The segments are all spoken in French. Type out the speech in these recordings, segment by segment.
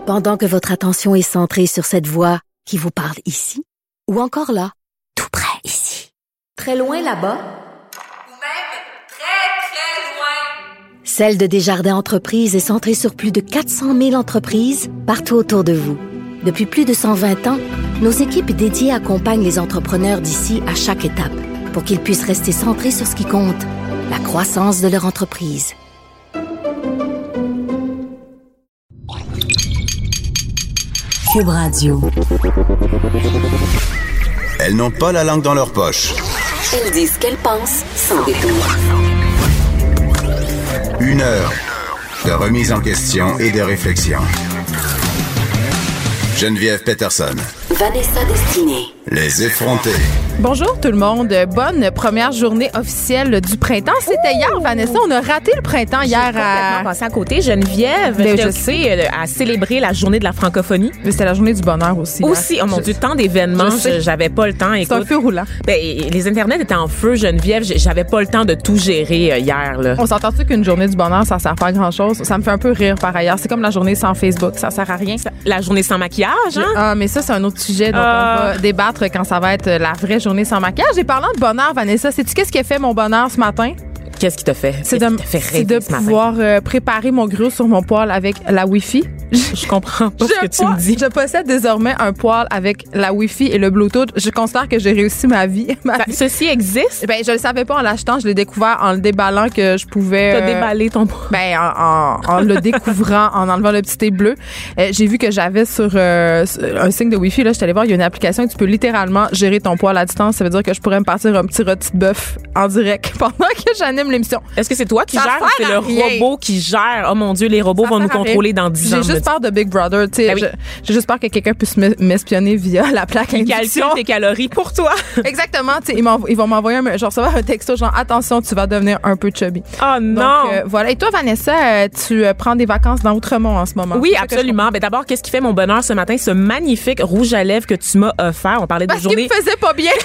Pendant que votre attention est centrée sur cette voix qui vous parle ici, ou encore là, tout près ici, très loin là-bas, ou même très, très loin. Celle de Desjardins Entreprises est centrée sur plus de 400 000 entreprises partout autour de vous. Depuis plus de 120 ans, nos équipes dédiées accompagnent les entrepreneurs d'ici à chaque étape pour qu'ils puissent rester centrés sur ce qui compte, la croissance de leur entreprise. Cube Radio. Elles n'ont pas la langue dans leur poche. Elles disent ce qu'elles pensent sans détour. 1 heure de remise en question et de réflexion. Geneviève Peterson. Vanessa Destinée. Les effrontés. Bonjour tout le monde. Bonne première journée officielle du printemps. C'était hier, Vanessa. On a raté le printemps hier. Complètement passé à côté. Geneviève, je sais, à célébrer la journée de la francophonie. Mais c'était la journée du bonheur aussi. Aussi, oh mon Dieu, tant d'événements. J'avais pas le temps. C'est un feu roulant. Les internets étaient en feu, Geneviève. J'avais pas le temps de tout gérer hier. Là. On s'entend-tu qu'une journée du bonheur, ça sert pas à grand-chose? Ça me fait un peu rire par ailleurs. C'est comme la journée sans Facebook. Ça sert à rien. La journée sans maquillage, hein? Ah, mais ça, c'est un autre sujet dont on va débattre quand ça va être la vraie journée sans maquillage. Et parlant de bonheur, Vanessa, sais-tu qu'est-ce qui a fait mon bonheur ce matin? Qu'est-ce qui t'a fait? C'est de pouvoir préparer mon gruau sur mon poêle avec la Wi-Fi. Je comprends pas ce que tu me dis. Je possède désormais un poêle avec la Wi-Fi et le Bluetooth. Je considère que j'ai réussi ma vie. Ceci existe? Ben, je le savais pas en l'achetant. Je l'ai découvert en le déballant que je pouvais... T'as déballé ton poêle? Ben, en le découvrant, en enlevant le petit thé bleu. J'ai vu que j'avais sur un signe de Wi-Fi. Là, je suis allée voir, il y a une application où tu peux littéralement gérer ton poêle à distance. Ça veut dire que je pourrais me partir un petit rôti de bœuf en direct pendant que j'anime l'émission. Est-ce que c'est toi qui gères ou c'est le robot qui gère? Oh mon Dieu, les robots vont nous contrôler dans 10 ans. J'ai juste peur de Big Brother. Ben oui. J'ai juste peur que quelqu'un puisse m'espionner via la plaque induction. Il calcule tes calories pour toi. Exactement. Ils vont m'envoyer un texto genre attention, tu vas devenir un peu chubby. Oh non! Donc, voilà. Et toi, Vanessa, tu prends des vacances dans Outremont en ce moment? Oui, absolument. Ben d'abord, qu'est-ce qui fait mon bonheur ce matin? Ce magnifique rouge à lèvres que tu m'as offert. On parlait de journée... Parce qu'il me faisait pas bien.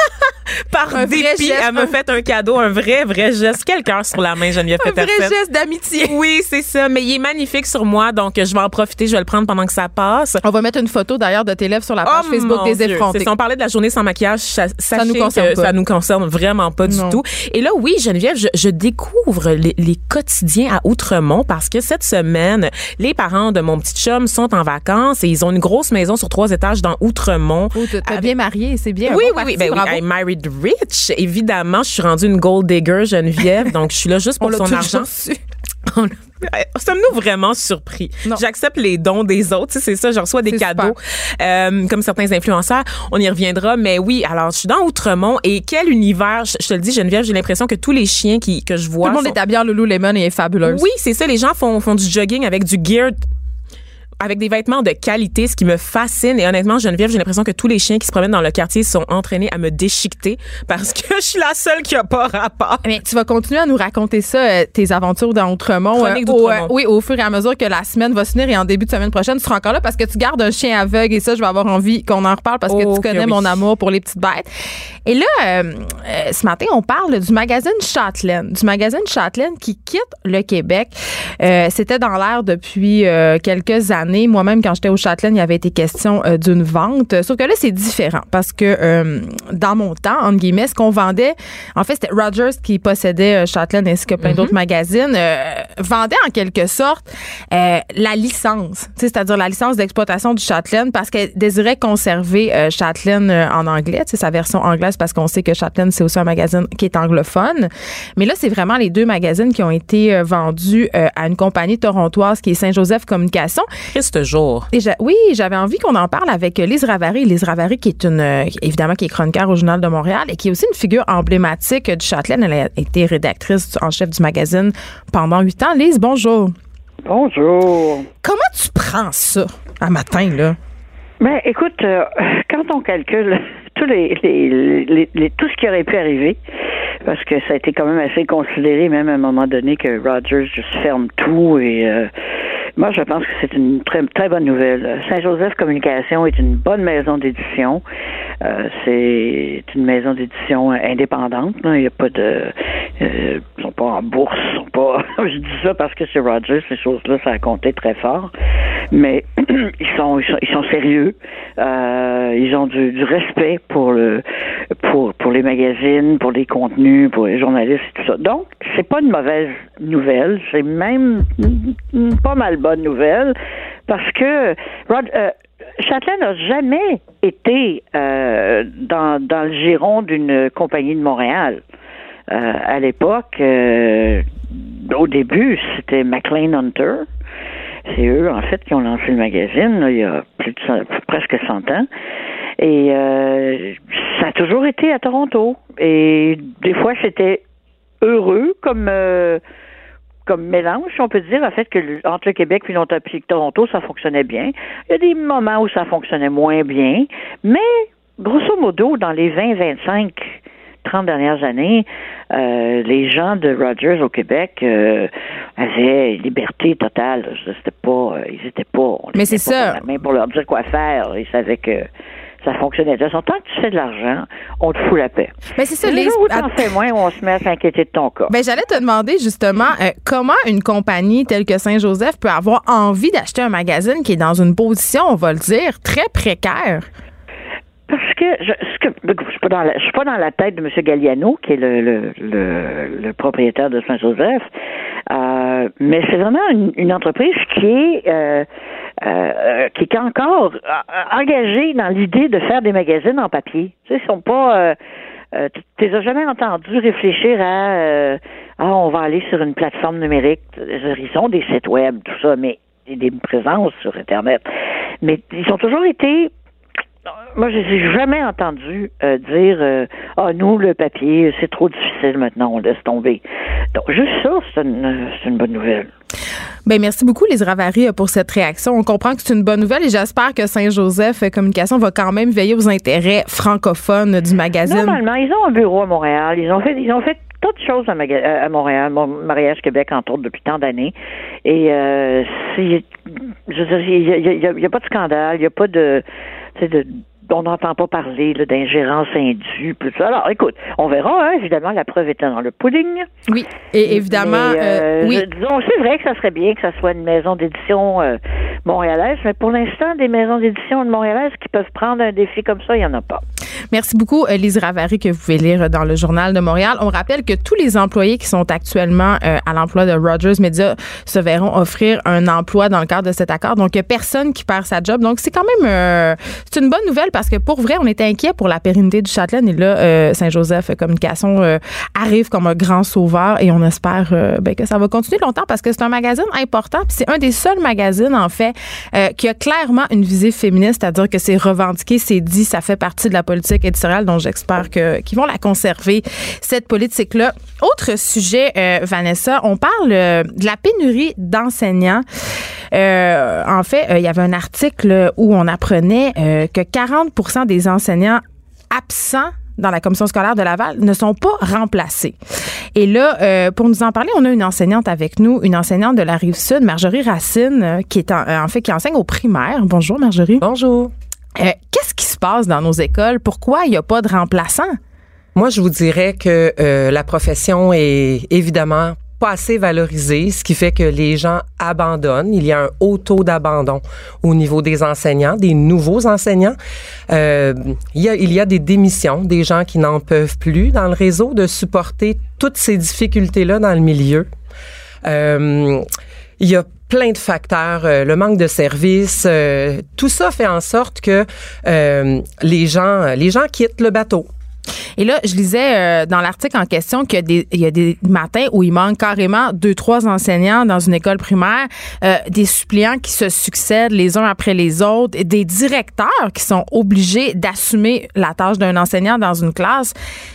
Par dépit, elle m'a fait un cadeau, un vrai geste. Quel cœur sur la main, Geneviève Peterson. Un vrai geste d'amitié. Oui, c'est ça. Mais il est magnifique sur moi, donc je vais en profiter. Je vais le prendre pendant que ça passe. On va mettre une photo d'ailleurs de tes lèvres sur la page Facebook des effrontés. Si on parlait de la journée sans maquillage, ça nous concerne vraiment pas du tout. Et là, oui, Geneviève, je découvre les quotidiens à Outremont parce que cette semaine, les parents de mon petit chum sont en vacances et ils ont une grosse maison sur 3 étages dans Outremont. Oh, t'as bien marié, c'est bien. Oui. Ben oui, I'm married rich. Évidemment, je suis rendue une gold digger, Geneviève, donc je suis là juste pour son argent. Sommes-nous vraiment surpris? Non. J'accepte les dons des autres, c'est ça, je reçois des cadeaux comme certains influenceurs, on y reviendra, mais oui, alors je suis dans Outremont et quel univers, je te le dis Geneviève, j'ai l'impression que tous les chiens que je vois... Tout le monde est habillé en Lululemon et est fabuleuse. Oui, c'est ça, les gens font du jogging avec du gear... avec des vêtements de qualité, ce qui me fascine. Et honnêtement, Geneviève, j'ai l'impression que tous les chiens qui se promènent dans le quartier sont entraînés à me déchiqueter parce que je suis la seule qui a pas rapport. Mais tu vas continuer à nous raconter ça, tes aventures dans Outremont. Oui, au fur et à mesure que la semaine va se finir et en début de semaine prochaine, tu seras encore là parce que tu gardes un chien aveugle et ça, je vais avoir envie qu'on en reparle parce que tu connais mon amour pour les petites bêtes. Et là, ce matin, on parle du magazine Châtelaine. Du magazine Châtelaine qui quitte le Québec. C'était dans l'air depuis quelques années. Moi-même, quand j'étais au Châtelaine, il y avait été question d'une vente. Sauf que là, c'est différent parce que dans mon temps, entre guillemets, ce qu'on vendait, en fait, c'était Rogers qui possédait Châtelaine ainsi que plein d'autres magazines, vendait en quelque sorte la licence, c'est-à-dire la licence d'exploitation du Châtelaine parce qu'elle désirait conserver Châtelaine en anglais, sa version anglaise parce qu'on sait que Châtelaine, c'est aussi un magazine qui est anglophone. Mais là, c'est vraiment les 2 magazines qui ont été vendus à une compagnie torontoise qui est Saint-Joseph Communication. Ce jour. Et j'avais envie qu'on en parle avec Lise Ravary. Lise Ravary, qui est évidemment, qui est chroniqueur au Journal de Montréal et qui est aussi une figure emblématique du Châtelaine. Elle a été rédactrice en chef du magazine pendant 8 ans. Lise, bonjour. Bonjour. Comment tu prends ça, un matin, là? Ben, écoute, quand on calcule tout ce qui aurait pu arriver, parce que ça a été quand même assez considéré, même à un moment donné, que Rogers juste ferme tout et... moi, je pense que c'est une très, très bonne nouvelle. Saint-Joseph Communication est une bonne maison d'édition. C'est une maison d'édition indépendante. Là. Il n'y a pas de... ils sont pas en bourse. Je dis ça parce que c'est Rogers, ces choses-là, ça a compté très fort. Mais ils sont sérieux. Ils ont du respect pour les magazines, pour les contenus, pour les journalistes et tout ça. Donc, c'est pas une mauvaise nouvelle. C'est même une pas mal bonne nouvelle parce que Châtelain n'a jamais été dans le giron d'une compagnie de Montréal. À l'époque, au début, c'était McLean Hunter. C'est eux, en fait, qui ont lancé le magazine là, il y a presque 100 ans. Et ça a toujours été à Toronto. Et des fois, c'était heureux comme mélange, si on peut dire, en fait, que entre le Québec puis l'Ontario et Toronto, ça fonctionnait bien. Il y a des moments où ça fonctionnait moins bien. Mais, grosso modo, dans les 30 dernières années, les gens de Rogers au Québec avaient liberté totale. Ils étaient pas. Mais c'est ça. Même pour leur dire quoi faire. Ils savaient que ça fonctionnait. De toute façon, tant que tu fais de l'argent, on te fout la paix. Mais c'est ça. Où t'en fais moins, on se met à s'inquiéter de ton cas. Ben, j'allais te demander justement comment une compagnie telle que Saint-Joseph peut avoir envie d'acheter un magazine qui est dans une position, on va le dire, très précaire. Parce que je suis pas dans la tête de M. Galliano, qui est le propriétaire de Saint-Joseph, mais c'est vraiment une entreprise qui est encore engagée dans l'idée de faire des magazines en papier. Tu sais, ils sont pas. Tu les as jamais entendus réfléchir à on va aller sur une plateforme numérique. Ils ont des sites web, tout ça, mais des présences sur Internet. Mais ils ont toujours été. Moi, je n'ai jamais entendu dire nous, le papier, c'est trop difficile maintenant, on laisse tomber. Donc, juste ça, c'est une bonne nouvelle. Ben merci beaucoup, Lise Ravary, pour cette réaction. On comprend que c'est une bonne nouvelle et j'espère que Saint-Joseph Communication va quand même veiller aux intérêts francophones du magazine. Normalement, ils ont un bureau à Montréal. Ils ont fait toutes choses à Montréal, Mariage Québec, entre autres, depuis tant d'années. Et il n'y a pas de scandale, il n'y a pas de on n'entend pas parler d'ingérence indue, tout ça. Alors, écoute, on verra, évidemment, la preuve étant dans le pudding. Oui, et évidemment, oui. Disons, c'est vrai que ça serait bien que ça soit une maison d'édition montréalaise, mais pour l'instant, des maisons d'édition montréalaises qui peuvent prendre un défi comme ça, il n'y en a pas. Merci beaucoup, Lise Ravary, que vous pouvez lire dans le Journal de Montréal. On rappelle que tous les employés qui sont actuellement à l'emploi de Rogers Media se verront offrir un emploi dans le cadre de cet accord. Donc, il n'y a personne qui perd sa job. Donc, c'est quand même c'est une bonne nouvelle parce que pour vrai, on était inquiet pour la pérennité du Châtelain. Et là, Saint-Joseph Communication arrive comme un grand sauveur et on espère que ça va continuer longtemps parce que c'est un magazine important. Puis c'est un des seuls magazines, en fait, qui a clairement une visée féministe, c'est-à-dire que c'est revendiqué, c'est dit, ça fait partie de la politique éditoriale, donc j'espère qu'ils vont la conserver, cette politique-là. Autre sujet, Vanessa, on parle de la pénurie d'enseignants. En fait, il y avait un article où on apprenait que 40% des enseignants absents dans la commission scolaire de Laval ne sont pas remplacés. Et là, pour nous en parler, on a une enseignante avec nous, une enseignante de la Rive-Sud, Marjorie Racine, qui est qui enseigne au primaire. Bonjour, Marjorie. Bonjour. Qu'est-ce qui se passe dans nos écoles? Pourquoi il n'y a pas de remplaçants? Moi, je vous dirais que la profession est évidemment pas assez valorisée, ce qui fait que les gens abandonnent. Il y a un haut taux d'abandon au niveau des enseignants, des nouveaux enseignants. Il y a des démissions, des gens qui n'en peuvent plus dans le réseau de supporter toutes ces difficultés-là dans le milieu. Il y a plein de facteurs, le manque de services, tout ça fait en sorte que les gens quittent le bateau. Et là, je lisais dans l'article en question qu'il y a des matins où il manque carrément 2-3 enseignants dans une école primaire, des suppléants qui se succèdent les uns après les autres, des directeurs qui sont obligés d'assumer la tâche d'un enseignant dans une classe.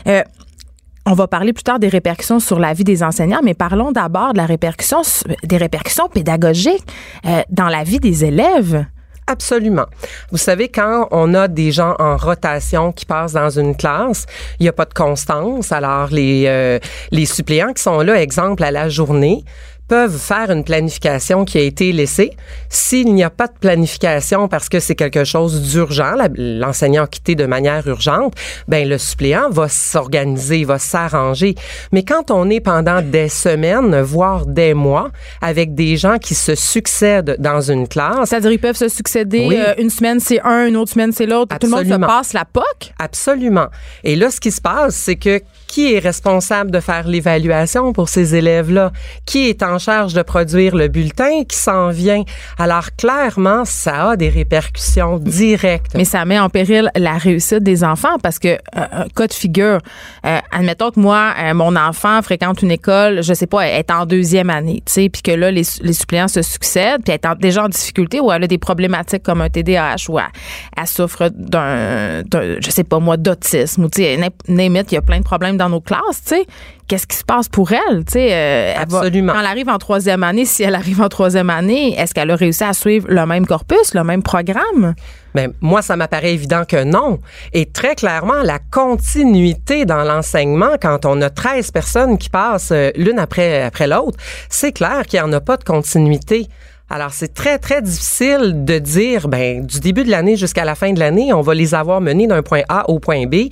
On va parler plus tard des répercussions sur la vie des enseignants, mais parlons d'abord des répercussions pédagogiques dans la vie des élèves. Absolument. Vous savez, quand on a des gens en rotation qui passent dans une classe, il n'y a pas de constance. Alors, les suppléants qui sont là, exemple, à la journée, peuvent faire une planification qui a été laissée. S'il n'y a pas de planification parce que c'est quelque chose d'urgent, l'enseignant a quitté de manière urgente, ben le suppléant va s'organiser, va s'arranger. Mais quand on est pendant des semaines, voire des mois, avec des gens qui se succèdent dans une classe... C'est-à-dire ils peuvent se succéder, oui. Une semaine c'est un, une autre semaine c'est l'autre, Absolument. Tout le monde se passe la POC? Absolument. Et là, ce qui se passe, c'est que qui est responsable de faire l'évaluation pour ces élèves-là? Qui est en charge de produire le bulletin qui s'en vient? Alors, clairement, ça a des répercussions directes. Mais ça met en péril la réussite des enfants parce que, cas de figure, admettons que moi, mon enfant fréquente une école, je sais pas, elle est en 2e année, tu sais, puis que là, les suppléants se succèdent, puis elle est déjà en difficulté ou elle a des problématiques comme un TDAH ou elle souffre d'un, je sais pas moi, d'autisme ou, tu sais, name it, il y a plein de problèmes dans nos classes, tu sais. Qu'est-ce qui se passe pour elle, tu sais? Absolument. Quand elle arrive en 3e année, si elle arrive en 3e année, est-ce qu'elle a réussi à suivre le même corpus, le même programme? Ben, moi, ça m'apparaît évident que non. Et très clairement, la continuité dans l'enseignement, quand on a 13 personnes qui passent l'une après l'autre, c'est clair qu'il n'y en a pas de continuité. Alors, c'est très, très difficile de dire, ben, du début de l'année jusqu'à la fin de l'année, on va les avoir menés d'un point A au point B.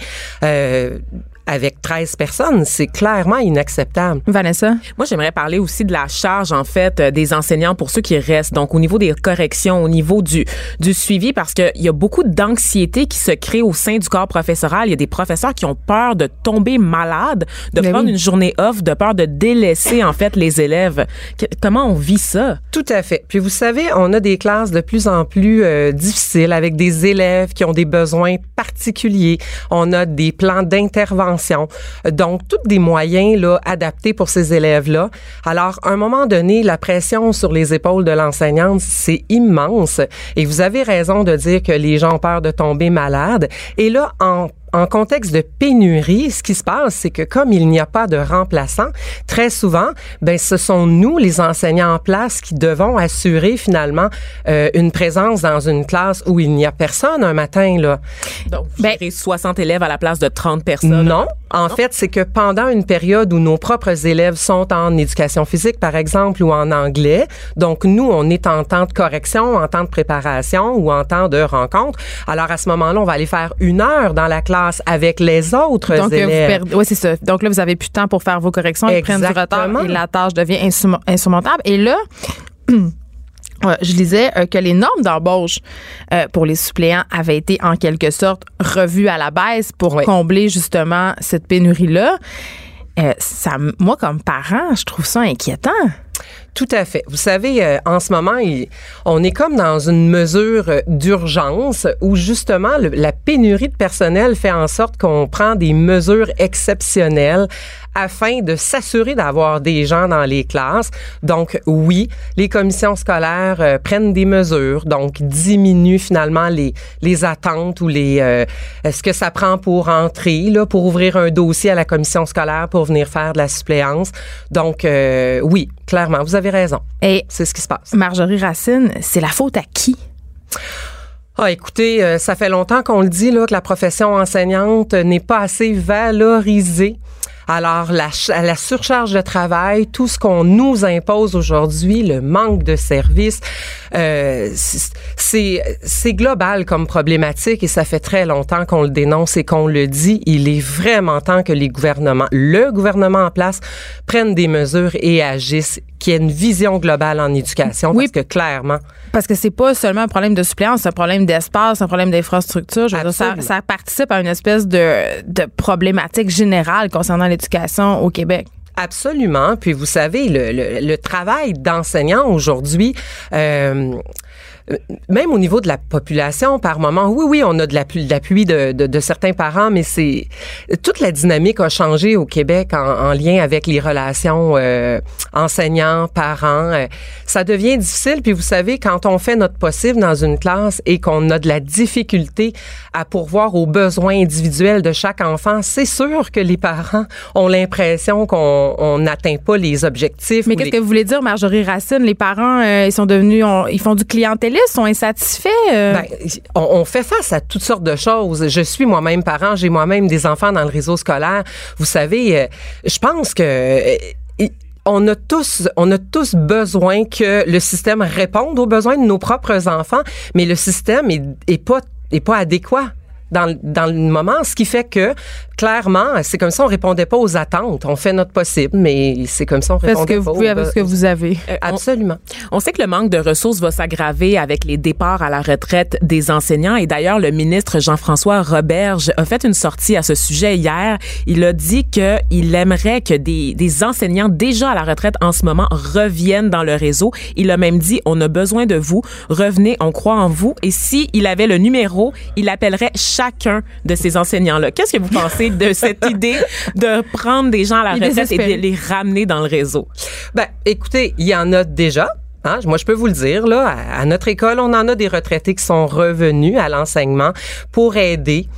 Avec 13 personnes, c'est clairement inacceptable. Vanessa? Moi, j'aimerais parler aussi de la charge, en fait, des enseignants pour ceux qui restent. Donc, au niveau des corrections, au niveau du suivi, parce qu'il y a beaucoup d'anxiété qui se crée au sein du corps professoral. Il y a des professeurs qui ont peur de tomber malades, de prendre une journée off, de peur de délaisser, en fait, les élèves. Comment on vit ça? Tout à fait. Puis, vous savez, on a des classes de plus en plus difficiles avec des élèves qui ont des besoins particuliers. On a des plans d'intervention. Donc, tous des moyens là adaptés pour ces élèves-là. Alors, à un moment donné, la pression sur les épaules de l'enseignante, c'est immense. Et vous avez raison de dire que les gens ont peur de tomber malades. Et là, en contexte de pénurie, ce qui se passe, c'est que comme il n'y a pas de remplaçants, très souvent, ben ce sont nous, les enseignants en place, qui devons assurer finalement une présence dans une classe où il n'y a personne un matin là. Donc, gérer 60 élèves à la place de 30 personnes. Non. En fait, c'est que pendant une période où nos propres élèves sont en éducation physique, par exemple, ou en anglais, donc nous, on est en temps de correction, en temps de préparation ou en temps de rencontre. Alors, à ce moment-là, on va aller faire 1 heure dans la classe avec les autres élèves. Oui, c'est ça. Donc là, vous avez plus de temps pour faire vos corrections. Ils prennent du retard et la tâche devient insurmontable. Et là... je lisais que les normes d'embauche pour les suppléants avaient été en quelque sorte revues à la baisse pour combler justement cette pénurie-là. Moi, comme parent, je trouve ça inquiétant. Tout à fait. Vous savez, en ce moment, on est comme dans une mesure d'urgence où justement la pénurie de personnel fait en sorte qu'on prend des mesures exceptionnelles afin de s'assurer d'avoir des gens dans les classes. Donc, oui, les commissions scolaires prennent des mesures, donc diminuent finalement les attentes ou ce que ça prend pour entrer, là, pour ouvrir un dossier à la commission scolaire pour venir faire de la suppléance. Donc, oui, clairement, vous avez raison. Et c'est ce qui se passe. Marjorie Racine, c'est la faute à qui? Ah, écoutez, ça fait longtemps qu'on le dit, là, que la profession enseignante n'est pas assez valorisée. Alors, la surcharge de travail, tout ce qu'on nous impose aujourd'hui, le manque de services, c'est global comme problématique et ça fait très longtemps qu'on le dénonce et qu'on le dit. Il est vraiment temps que le gouvernement en place, prenne des mesures et agisse, qu'il y ait une vision globale en éducation, parce que clairement... Parce que c'est pas seulement un problème de suppléance, c'est un problème d'espace, un problème d'infrastructure. Je veux dire, ça participe à une espèce de problématique générale concernant l'éducation au Québec. Absolument. Puis vous savez, le travail d'enseignant aujourd'hui... même au niveau de la population, par moment, oui, on a de l'appui de certains parents, mais toute la dynamique a changé au Québec en lien avec les relations enseignants, parents. Ça devient difficile, puis vous savez, quand on fait notre possible dans une classe et qu'on a de la difficulté à pourvoir aux besoins individuels de chaque enfant, c'est sûr que les parents ont l'impression qu'on n'atteint pas les objectifs. Mais qu'est-ce que vous voulez dire, Marjorie Racine? Les parents, ils sont devenus, ils font du clientélisme, sont insatisfaits? On fait face à toutes sortes de choses. Je suis moi-même parent, j'ai moi-même des enfants dans le réseau scolaire. Vous savez, je pense que... on a tous besoin que le système réponde aux besoins de nos propres enfants, mais le système est pas adéquat dans le moment, ce qui fait que clairement, c'est comme ça on répondait pas aux attentes. On fait notre possible, mais c'est comme ça on répondait pas. Faites ce que vous pouvez avec ce que vous avez. Absolument. On sait que le manque de ressources va s'aggraver avec les départs à la retraite des enseignants. Et d'ailleurs, le ministre Jean-François Roberge a fait une sortie à ce sujet hier. Il a dit qu'il aimerait que des enseignants déjà à la retraite en ce moment reviennent dans le réseau. Il a même dit, on a besoin de vous. Revenez, on croit en vous. Et s'il avait le numéro, il appellerait chacun de ces enseignants-là. Qu'est-ce que vous pensez de cette idée de prendre des gens à la retraite et de les ramener dans le réseau? Ben, écoutez, il y en a déjà. Hein? Moi, je peux vous le dire, là, à notre école, on en a des retraités qui sont revenus à l'enseignement pour aider.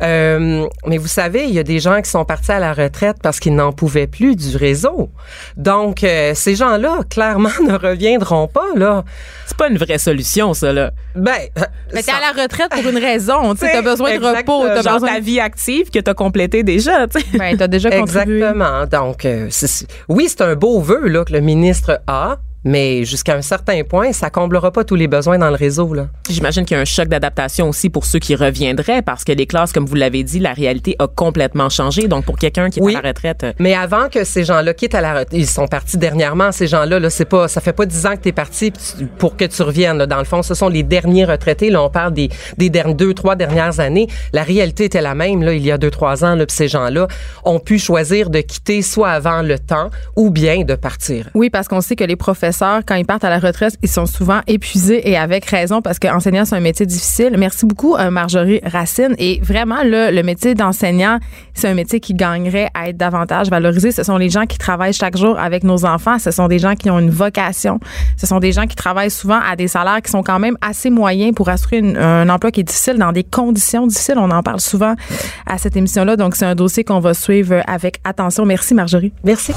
Mais vous savez, il y a des gens qui sont partis à la retraite parce qu'ils n'en pouvaient plus du réseau. Donc, ces gens-là, clairement, ne reviendront pas, là. C'est pas une vraie solution, ça, là. Mais t'es à la retraite pour une raison. Tu sais, t'as besoin de repos. T'as besoin de ta vie active que t'as complétée déjà, tu sais. Ben, t'as déjà contribué. Exactement. Donc, oui, c'est un beau vœu, là, que le ministre a. Mais jusqu'à un certain point, ça comblera pas tous les besoins dans le réseau, là. J'imagine qu'il y a un choc d'adaptation aussi pour ceux qui reviendraient parce que les classes, comme vous l'avez dit, la réalité a complètement changé. Donc, pour quelqu'un qui est à la retraite. Mais avant que ces gens-là quittent à la retraite, ils sont partis dernièrement, ces gens-là, là, ça fait pas 10 ans que t'es parti pour que tu reviennes, là. Dans le fond, ce sont les derniers retraités. Là, on parle des 2-3 dernières années. La réalité était la même, là, il y a 2-3 ans, là, puis ces gens-là ont pu choisir de quitter soit avant le temps ou bien de partir. Oui, parce qu'on sait que les professeurs, quand ils partent à la retraite, ils sont souvent épuisés et avec raison parce qu'enseignant, c'est un métier difficile. Merci beaucoup, Marjorie Racine. Et vraiment, là, le métier d'enseignant, c'est un métier qui gagnerait à être davantage valorisé. Ce sont les gens qui travaillent chaque jour avec nos enfants. Ce sont des gens qui ont une vocation. Ce sont des gens qui travaillent souvent à des salaires qui sont quand même assez moyens pour assurer un emploi qui est difficile dans des conditions difficiles. On en parle souvent à cette émission-là. Donc, c'est un dossier qu'on va suivre avec attention. Merci, Marjorie. Merci.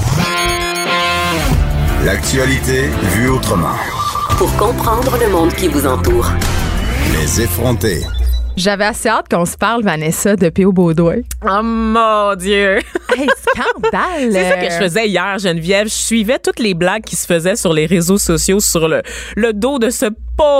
L'actualité vue autrement. Pour comprendre le monde qui vous entoure. Les effrontés. J'avais assez hâte qu'on se parle, Vanessa, de P.O. Baudouin. Oh mon Dieu! Hey, scandale! C'est ça que je faisais hier, Geneviève. Je suivais toutes les blagues qui se faisaient sur les réseaux sociaux sur le dos de ce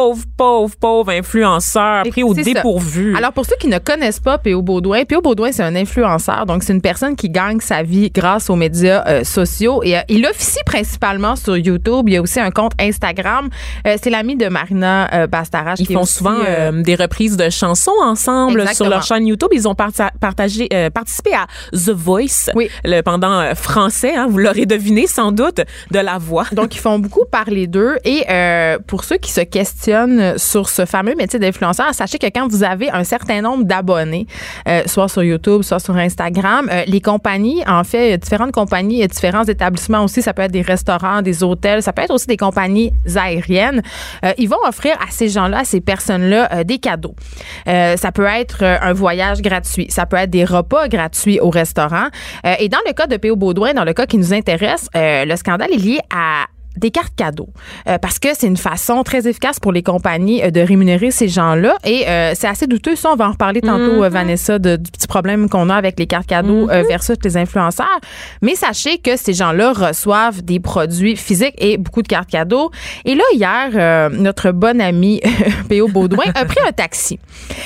pauvre influenceur pris au dépourvu. Ça. Alors, pour ceux qui ne connaissent pas P.O. Baudouin, c'est un influenceur. Donc, c'est une personne qui gagne sa vie grâce aux médias sociaux. Et il officie principalement sur YouTube. Il y a aussi un compte Instagram. C'est l'ami de Marina Bastarache. Ils font souvent des reprises de chansons ensemble. Exactement. Sur leur chaîne YouTube. Ils ont participé à The Voice pendant français. Hein, vous l'aurez deviné sans doute de la voix. Donc, ils font beaucoup parler d'eux. Et pour ceux qui se questionnent sur ce fameux métier d'influenceur, sachez que quand vous avez un certain nombre d'abonnés, soit sur YouTube, soit sur Instagram, les compagnies, en fait, différentes compagnies, différents établissements aussi, ça peut être des restaurants, des hôtels, ça peut être aussi des compagnies aériennes, ils vont offrir à ces gens-là, à ces personnes-là, des cadeaux. Ça peut être un voyage gratuit, ça peut être des repas gratuits au restaurant. Et dans le cas de P.O. Baudouin, dans le cas qui nous intéresse, le scandale est lié à des cartes cadeaux parce que c'est une façon très efficace pour les compagnies de rémunérer ces gens-là et c'est assez douteux. Ça, on va en reparler tantôt, Vanessa, du petit problème qu'on a avec les cartes cadeaux versus les influenceurs. Mais sachez que ces gens-là reçoivent des produits physiques et beaucoup de cartes cadeaux. Et là, hier, notre bon ami P.O. Baudouin a pris un taxi.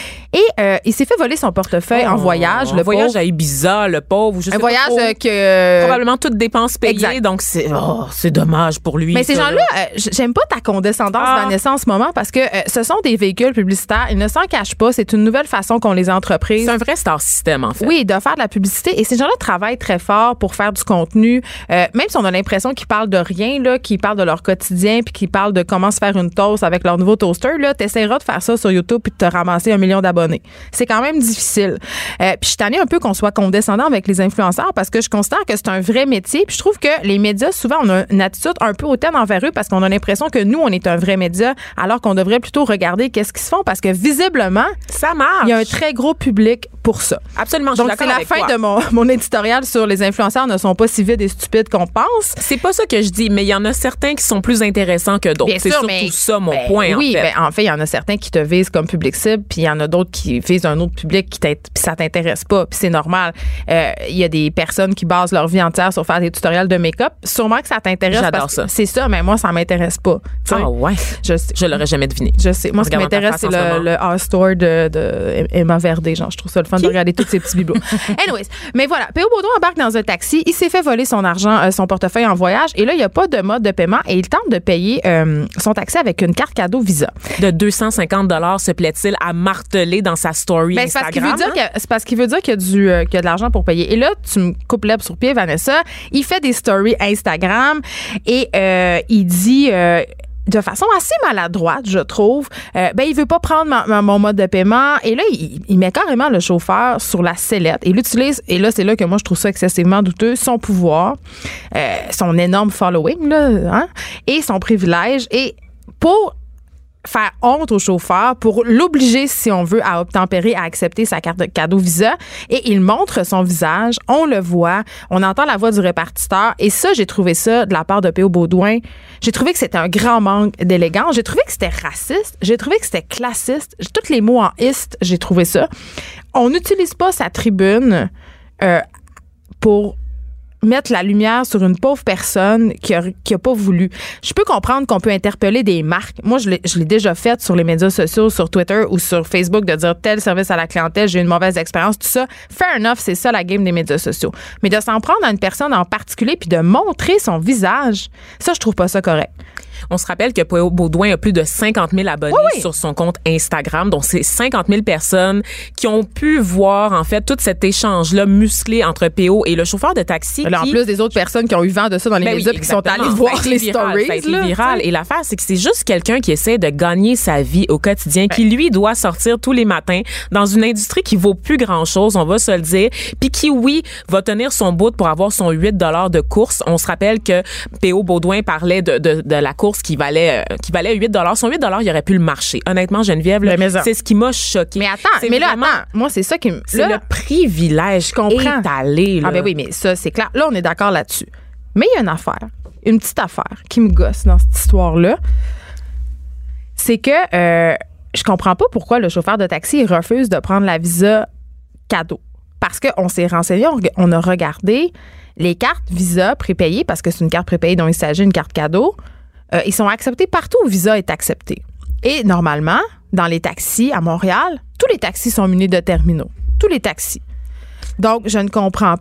Et il s'est fait voler son portefeuille en voyage. Le voyage à Ibiza, le pauvre. Un voyage que... Probablement toutes dépenses payées. Exact. Donc, c'est dommage pour lui. Mais ces gens-là, j'aime pas ta condescendance, Vanessa, en ce moment, parce que ce sont des véhicules publicitaires. Ils ne s'en cachent pas. C'est une nouvelle façon qu'ont les entreprises. C'est un vrai star system, en fait. Oui, de faire de la publicité. Et ces gens-là travaillent très fort pour faire du contenu. Même si on a l'impression qu'ils parlent de rien, là, qu'ils parlent de leur quotidien, puis qu'ils parlent de comment se faire une toast avec leur nouveau toaster, là, t'essaieras de faire ça sur YouTube puis de te ramasser 1 million d'abonnés. C'est quand même difficile. Puis je suis tannée un peu qu'on soit condescendant avec les influenceurs parce que je considère que c'est un vrai métier. Puis je trouve que les médias, souvent, on a une attitude un peu hautaine envers eux parce qu'on a l'impression que nous, on est un vrai média alors qu'on devrait plutôt regarder qu'est-ce qu'ils se font parce que visiblement, ça marche. Il y a un très gros public pour ça. Absolument, donc c'est la fin de mon éditorial sur les influenceurs ne sont pas si vides et stupides qu'on pense. C'est pas ça que je dis, mais il y en a certains qui sont plus intéressants que d'autres. C'est surtout ça mon point. Oui, en fait, il y en a certains qui te visent comme public cible, puis il y en a d'autres qui visent un autre public puis ça t'intéresse pas, puis c'est normal. Il y a des personnes qui basent leur vie entière sur faire des tutoriels de make-up. Sûrement que ça t'intéresse. J'adore ça. C'est ça, mais moi ça m'intéresse pas. Ah ouais. Je l'aurais jamais deviné. Je sais. Moi, ce qui m'intéresse, c'est le Art Store de Emma Verdé. Genre, je trouve ça le fun de regarder tous ces petits bibelots. Anyways, mais voilà, P.O. Baudouin embarque dans un taxi. Il s'est fait voler son argent, son portefeuille en voyage. Et là, il n'y a pas de mode de paiement et il tente de payer son taxi avec une carte cadeau Visa. De 250 se plaît-il à marteler dans sa story Instagram? C'est parce qu'il veut dire qu'il y a de l'argent pour payer. Et là, tu me coupes l'herbe sur pied, Vanessa. Il fait des stories Instagram et il dit... de façon assez maladroite, je trouve, il veut pas prendre mon mode de paiement. Et là, il met carrément le chauffeur sur la sellette. Et l'utilise, et là, c'est là que moi, je trouve ça excessivement douteux, son pouvoir, son énorme following, là, hein, et son privilège. Et pour faire honte au chauffeur, pour l'obliger, si on veut, à obtempérer, à accepter sa carte de cadeau Visa. Et il montre son visage, on le voit, on entend la voix du répartiteur. Et ça, j'ai trouvé ça de la part de P.O. Baudouin. J'ai trouvé que c'était un grand manque d'élégance. J'ai trouvé que c'était raciste. J'ai trouvé que c'était classiste. Tous les mots en iste, j'ai trouvé ça. On n'utilise pas sa tribune pour mettre la lumière sur une pauvre personne qui a pas voulu. Je peux comprendre qu'on peut interpeller des marques. Moi, je l'ai déjà fait sur les médias sociaux, sur Twitter ou sur Facebook, de dire tel service à la clientèle, j'ai eu une mauvaise expérience, tout ça. Fair enough, c'est ça la game des médias sociaux. Mais de s'en prendre à une personne en particulier puis de montrer son visage, ça, je trouve pas ça correct. On se rappelle que P.O. Baudouin a plus de 50 000 abonnés sur son compte Instagram. Donc, c'est 50 000 personnes qui ont pu voir, en fait, tout cet échange-là musclé entre P.O. et le chauffeur de taxi. En plus des autres personnes qui ont eu vent de ça dans les médias et qui sont allées voir les stories. Ça a été viral. Et l'affaire, c'est que c'est juste quelqu'un qui essaie de gagner sa vie au quotidien, qui, lui, doit sortir tous les matins dans une industrie qui vaut plus grand-chose, on va se le dire, puis qui, oui, va tenir son bout pour avoir son 8 $ de course. On se rappelle que P.O. Baudouin parlait de la course qui valait 8 $. Son 8 $, il aurait pu le marcher. Honnêtement, Geneviève, là, c'est ce qui m'a choqué. Mais attends, moi, c'est ça qui me... C'est le privilège étalé. Ah ben oui, mais ça, c'est clair. Là, on est d'accord là-dessus. Mais il y a une petite affaire qui me gosse dans cette histoire-là. C'est que je comprends pas pourquoi le chauffeur de taxi refuse de prendre la Visa cadeau. Parce qu'on s'est renseigné, on a regardé les cartes Visa prépayées, parce que c'est une carte prépayée dont il s'agit, une carte cadeau. Ils sont acceptés partout où Visa est accepté. Et normalement, dans les taxis à Montréal, tous les taxis sont munis de terminaux. Tous les taxis. Donc, je ne comprends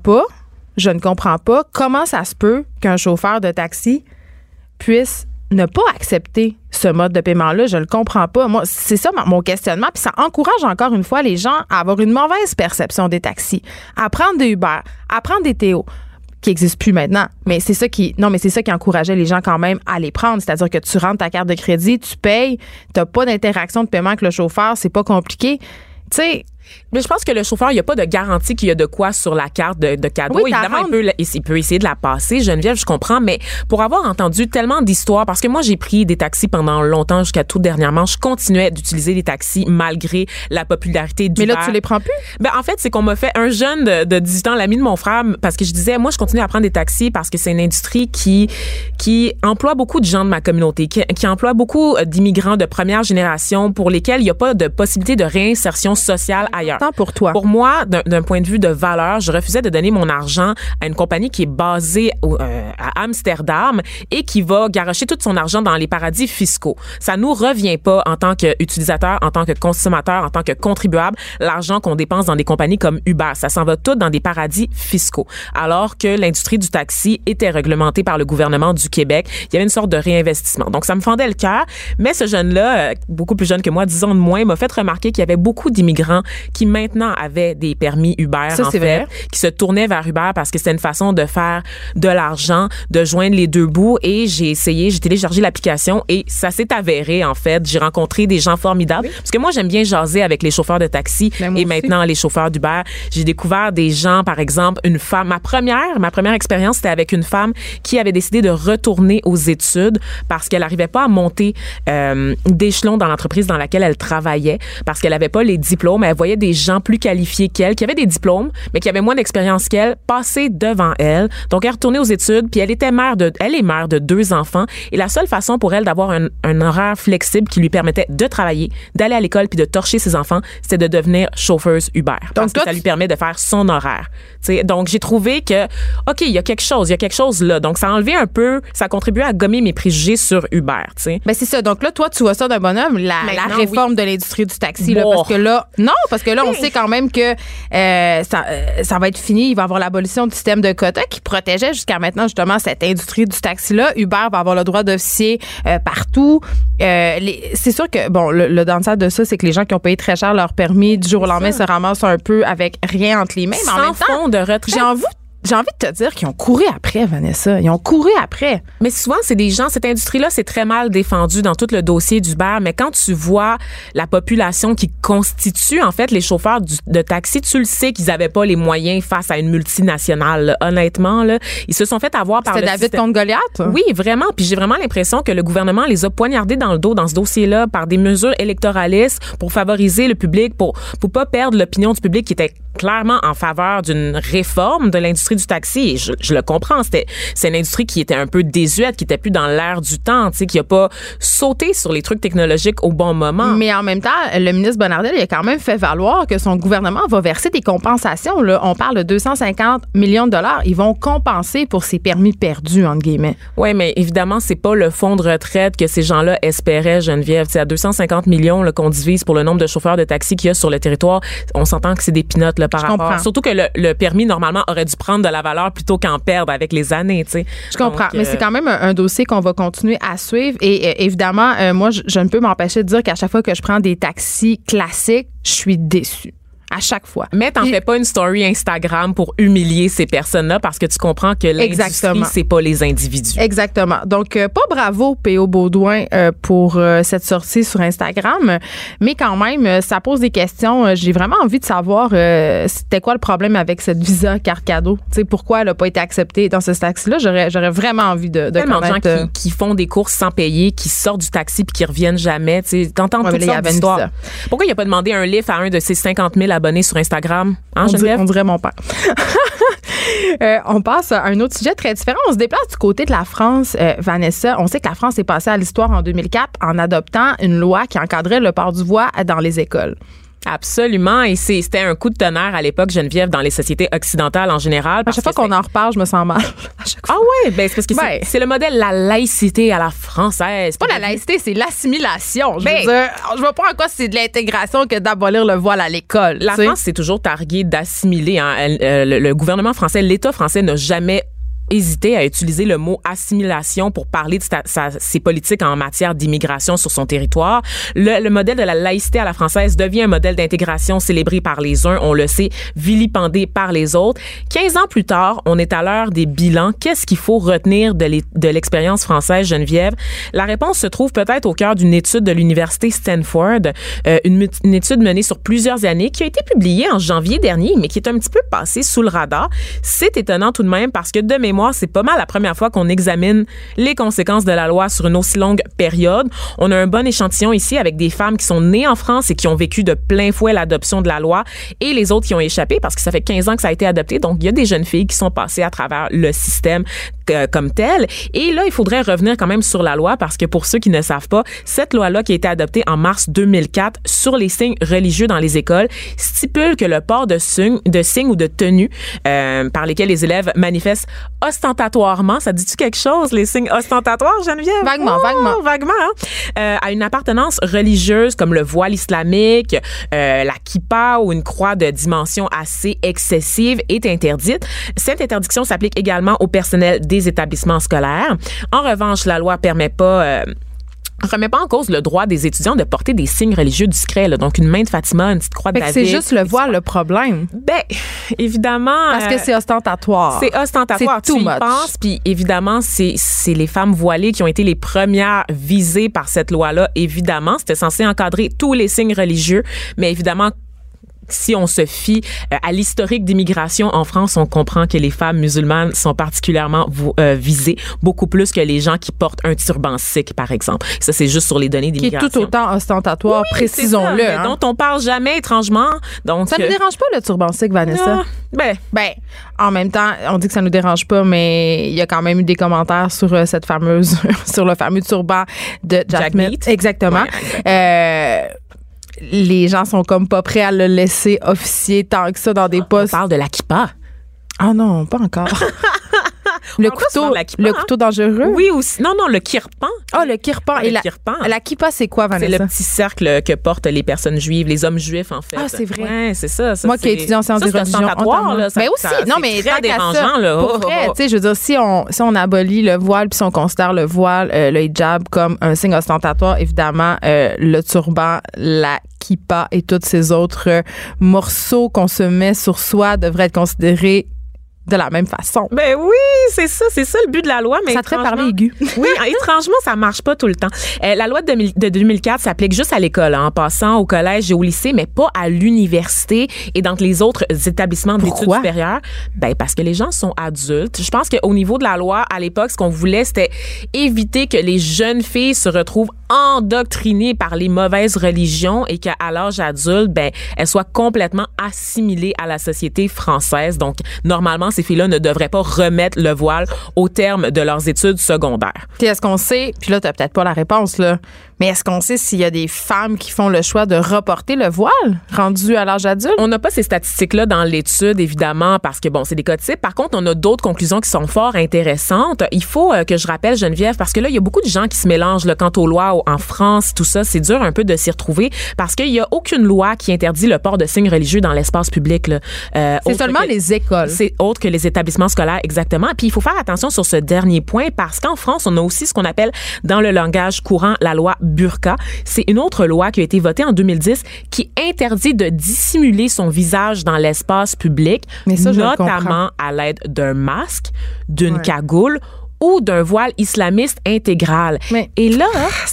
pas comment ça se peut qu'un chauffeur de taxi puisse ne pas accepter ce mode de paiement-là. Je le comprends pas. Moi, c'est ça mon questionnement. Puis ça encourage encore une fois les gens à avoir une mauvaise perception des taxis, à prendre des Uber, à prendre des Théo, qui n'existe plus maintenant. Mais c'est ça qui encourageait les gens quand même à les prendre. C'est-à-dire que tu rentres ta carte de crédit, tu payes, t'as pas d'interaction de paiement avec le chauffeur, c'est pas compliqué. Tu sais, mais je pense que le chauffeur, il n'y a pas de garantie qu'il y a de quoi sur la carte de cadeau. Oui, évidemment, il peut essayer de la passer. Geneviève, je comprends, mais pour avoir entendu tellement d'histoires, parce que moi, j'ai pris des taxis pendant longtemps, jusqu'à tout dernièrement, je continuais d'utiliser les taxis malgré la popularité d'Uber. Mais là, tu les prends plus? Ben, en fait, c'est qu'on m'a fait un jeune de 18 ans, l'ami de mon frère, parce que je disais, moi, je continue à prendre des taxis parce que c'est une industrie qui emploie beaucoup de gens de ma communauté, qui emploie beaucoup d'immigrants de première génération pour lesquels il n'y a pas de possibilité de réinsertion sociale ailleurs. Pour toi. Pour moi, d'un point de vue de valeur, je refusais de donner mon argent à une compagnie qui est basée à Amsterdam et qui va garocher tout son argent dans les paradis fiscaux. Ça nous revient pas en tant qu'utilisateur, en tant que consommateur, en tant que contribuable, l'argent qu'on dépense dans des compagnies comme Uber. Ça s'en va tout dans des paradis fiscaux. Alors que l'industrie du taxi était réglementée par le gouvernement du Québec, il y avait une sorte de réinvestissement. Donc, ça me fendait le cœur. Mais ce jeune-là, beaucoup plus jeune que moi, 10 ans de moins, m'a fait remarquer qu'il y avait beaucoup d'immigrants qui maintenant avaient des permis Uber, qui se tournaient vers Uber parce que c'était une façon de faire de l'argent, de joindre les deux bouts. Et j'ai téléchargé l'application et ça s'est avéré, en fait. J'ai rencontré des gens formidables. Oui. Parce que moi, j'aime bien jaser avec les chauffeurs de taxi et maintenant les chauffeurs d'Uber. J'ai découvert des gens, par exemple, une femme. Ma première expérience, c'était avec une femme qui avait décidé de retourner aux études parce qu'elle n'arrivait pas à monter d'échelon dans l'entreprise dans laquelle elle travaillait, parce qu'elle n'avait pas les diplômes. Elle voyait des gens plus qualifiés qu'elle, qui avaient des diplômes, mais qui avaient moins d'expérience qu'elle, passer devant elle. Donc, elle est retournée aux études, puis elle est mère de 2 enfants. Et la seule façon pour elle d'avoir un horaire flexible qui lui permettait de travailler, d'aller à l'école, puis de torcher ses enfants, c'était de devenir chauffeuse Uber. Parce que ça lui permet de faire son horaire. T'sais, donc, j'ai trouvé que, OK, il y a quelque chose là. Donc, ça a enlevé un peu, ça a contribué à gommer mes préjugés sur Uber, tu sais. Ben, c'est ça. Donc là, toi, tu vois ça d'un bonhomme, la réforme de l'industrie du taxi, là, parce que là, on sait quand même que ça va être fini. Il va y avoir l'abolition du système de quotas qui protégeait jusqu'à maintenant, justement, cette industrie du taxi-là. Uber va avoir le droit d'officier partout. C'est sûr que, bon, le downside de ça, c'est que les gens qui ont payé très cher leur permis, du jour au lendemain, se ramassent un peu avec rien entre les mains. Mais en même temps, fonds de retraite. J'ai envie de te dire qu'ils ont couru après, Vanessa. Ils ont couru après. Mais souvent, c'est des gens, cette industrie-là, c'est très mal défendu dans tout le dossier d'Uber. Mais quand tu vois la population qui constitue, en fait, les chauffeurs de taxi, tu le sais qu'ils n'avaient pas les moyens face à une multinationale. Là. Honnêtement, là, ils se sont fait avoir par le David système. Contre Goliath? Oui, vraiment. Puis j'ai vraiment l'impression que le gouvernement les a poignardés dans le dos dans ce dossier-là par des mesures électoralistes pour favoriser le public, pour pas perdre l'opinion du public qui était clairement en faveur d'une réforme de l'industrie du taxi. Et je le comprends. C'est une industrie qui était un peu désuète, qui était plus dans l'air du temps, tu sais, qui a pas sauté sur les trucs technologiques au bon moment. Mais en même temps, le ministre Bonnardel, il a quand même fait valoir que son gouvernement va verser des compensations. Là. On parle de 250 millions de dollars. Ils vont compenser pour ces permis perdus, entre guillemets. Oui, mais évidemment, c'est pas le fonds de retraite que ces gens-là espéraient, Geneviève. C'est à 250 millions là, qu'on divise pour le nombre de chauffeurs de taxi qu'il y a sur le territoire. On s'entend que c'est des pinottes là, par rapport. Comprends. Surtout que le permis, normalement, aurait dû prendre de la valeur plutôt qu'en perdre avec les années, tu sais. Je comprends. Donc, mais c'est quand même un dossier qu'on va continuer à suivre. Et évidemment, moi, je ne peux m'empêcher de dire qu'à chaque fois que je prends des taxis classiques, je suis déçue. À chaque fois. Mais t'en fais pas une story Instagram pour humilier ces personnes-là parce que tu comprends que l'industrie, c'est pas les individus. Exactement. Donc, pas bravo, P.O. Baudouin, pour cette sortie sur Instagram. Mais quand même, ça pose des questions. J'ai vraiment envie de savoir c'était quoi le problème avec cette Visa carte cadeau. Tu sais, pourquoi elle a pas été acceptée dans ce taxi-là? J'aurais vraiment envie de tellement connaître. De gens qui font des courses sans payer, qui sortent du taxi puis qui reviennent jamais. Tu sais, t'entends toutes sortes d'histoires. Pourquoi il a pas demandé un lift à un de ses 50 000 abonnés sur Instagram? Hein, on dirait mon père. On passe à un autre sujet très différent. On se déplace du côté de la France, Vanessa. On sait que la France est passée à l'histoire en 2004 en adoptant une loi qui encadrait le port du voile dans les écoles. Absolument. Et c'était un coup de tonnerre à l'époque, Geneviève, dans les sociétés occidentales en général. À chaque fois qu'on en reparle, je me sens mal. Ah ouais? Ben, c'est parce que c'est le modèle la laïcité à la française. C'est pas la laïcité, c'est l'assimilation. Je veux dire, je vois pas en quoi c'est de l'intégration que d'abolir le voile à l'école. La France, c'est toujours targué d'assimiler. Hein. Le gouvernement français, l'État français n'a jamais hésité à utiliser le mot assimilation pour parler de ses politiques en matière d'immigration sur son territoire. Le modèle de la laïcité à la française devient un modèle d'intégration célébré par les uns, on le sait, vilipendé par les autres. 15 ans plus tard, on est à l'heure des bilans. Qu'est-ce qu'il faut retenir de l'expérience française, Geneviève? La réponse se trouve peut-être au cœur d'une étude de l'université Stanford, une étude menée sur plusieurs années qui a été publiée en janvier dernier, mais qui est un petit peu passée sous le radar. C'est étonnant tout de même parce que de mémoire, c'est pas mal la première fois qu'on examine les conséquences de la loi sur une aussi longue période. On a un bon échantillon ici avec des femmes qui sont nées en France et qui ont vécu de plein fouet l'adoption de la loi et les autres qui ont échappé parce que ça fait 15 ans que ça a été adopté. Donc, il y a des jeunes filles qui sont passées à travers le système comme tel. Et là, il faudrait revenir quand même sur la loi parce que pour ceux qui ne savent pas, cette loi-là qui a été adoptée en mars 2004 sur les signes religieux dans les écoles stipule que le port de signes ou de tenues par lesquels les élèves manifestent ostentatoirement, ça dit-tu quelque chose, les signes ostentatoires, Geneviève? Vaguement. Hein? À une appartenance religieuse comme le voile islamique, la kippa ou une croix de dimension assez excessive est interdite. Cette interdiction s'applique également au personnel des établissements scolaires. En revanche, la loi remet pas en cause le droit des étudiants de porter des signes religieux discrets, là. Donc une main de Fatima, une petite croix de David. C'est juste le voile le problème. Ben, évidemment. Parce que c'est ostentatoire. C'est ostentatoire. C'est tu y penses, puis évidemment, c'est les femmes voilées qui ont été les premières visées par cette loi-là. Évidemment, c'était censé encadrer tous les signes religieux, mais évidemment, si on se fie à l'historique d'immigration en France, on comprend que les femmes musulmanes sont particulièrement visées, beaucoup plus que les gens qui portent un turban sikh, par exemple. Ça, c'est juste sur les données d'immigration. Qui est tout autant ostentatoire, précisons-le. Ça, dont on parle jamais étrangement. Donc, ça ne nous dérange pas, le turban sikh, Vanessa? Ben, en même temps, on dit que ça nous dérange pas, mais il y a quand même eu des commentaires sur sur le fameux turban de Jack Meat. Exactement. Ouais, les gens sont comme pas prêts à le laisser officier tant que ça dans des postes. On parle de la kippa. Ah non, pas encore. Le couteau dangereux? Oui, aussi. Non, le kirpan. Ah, le kirpan. Et la kippa, c'est quoi, Vanessa? C'est le petit cercle que portent les personnes juives, les hommes juifs, en fait. Ah, c'est vrai. Ouais, c'est ça. Moi qui ai étudié en sciences des religions. Mais aussi, mais très dérangeant, là. Pour vrai, tu sais, je veux dire, si on abolit le voile puis si on considère le voile, le hijab comme un signe ostentatoire, évidemment, le turban, la kippa et tous ces autres morceaux qu'on se met sur soi devraient être considérés de la même façon. Ben oui, c'est ça le but de la loi. Mais ça te fait parler aigu. Oui, étrangement, ça marche pas tout le temps. La loi de 2004 s'applique juste à l'école, en passant au collège et au lycée, mais pas à l'université et dans les autres établissements d'études supérieures. Ben parce que les gens sont adultes. Je pense qu'au niveau de la loi, à l'époque, ce qu'on voulait, c'était éviter que les jeunes filles se retrouvent endoctrinées par les mauvaises religions et qu'à l'âge adulte, ben elles soient complètement assimilées à la société française. Donc, normalement, ces filles-là ne devraient pas remettre le voile au terme de leurs études secondaires. Puis est-ce qu'on sait, puis là, t'as peut-être pas la réponse, là, mais est-ce qu'on sait s'il y a des femmes qui font le choix de reporter le voile rendu à l'âge adulte? On n'a pas ces statistiques-là dans l'étude, évidemment, parce que, bon, c'est des cas types. Par contre, on a d'autres conclusions qui sont fort intéressantes. Il faut que je rappelle, Geneviève, parce que là, il y a beaucoup de gens qui se mélangent là, quant aux lois en France, tout ça. C'est dur un peu de s'y retrouver parce qu'il n'y a aucune loi qui interdit le port de signes religieux dans l'espace public. Là. C'est seulement les écoles. C'est autre que les établissements scolaires, exactement. Puis il faut faire attention sur ce dernier point parce qu'en France, on a aussi ce qu'on appelle dans le langage courant la loi burqa. C'est une autre loi qui a été votée en 2010 qui interdit de dissimuler son visage dans l'espace public, mais ça, notamment à l'aide d'un masque, d'une cagoule ou d'un voile islamiste intégral. Et là,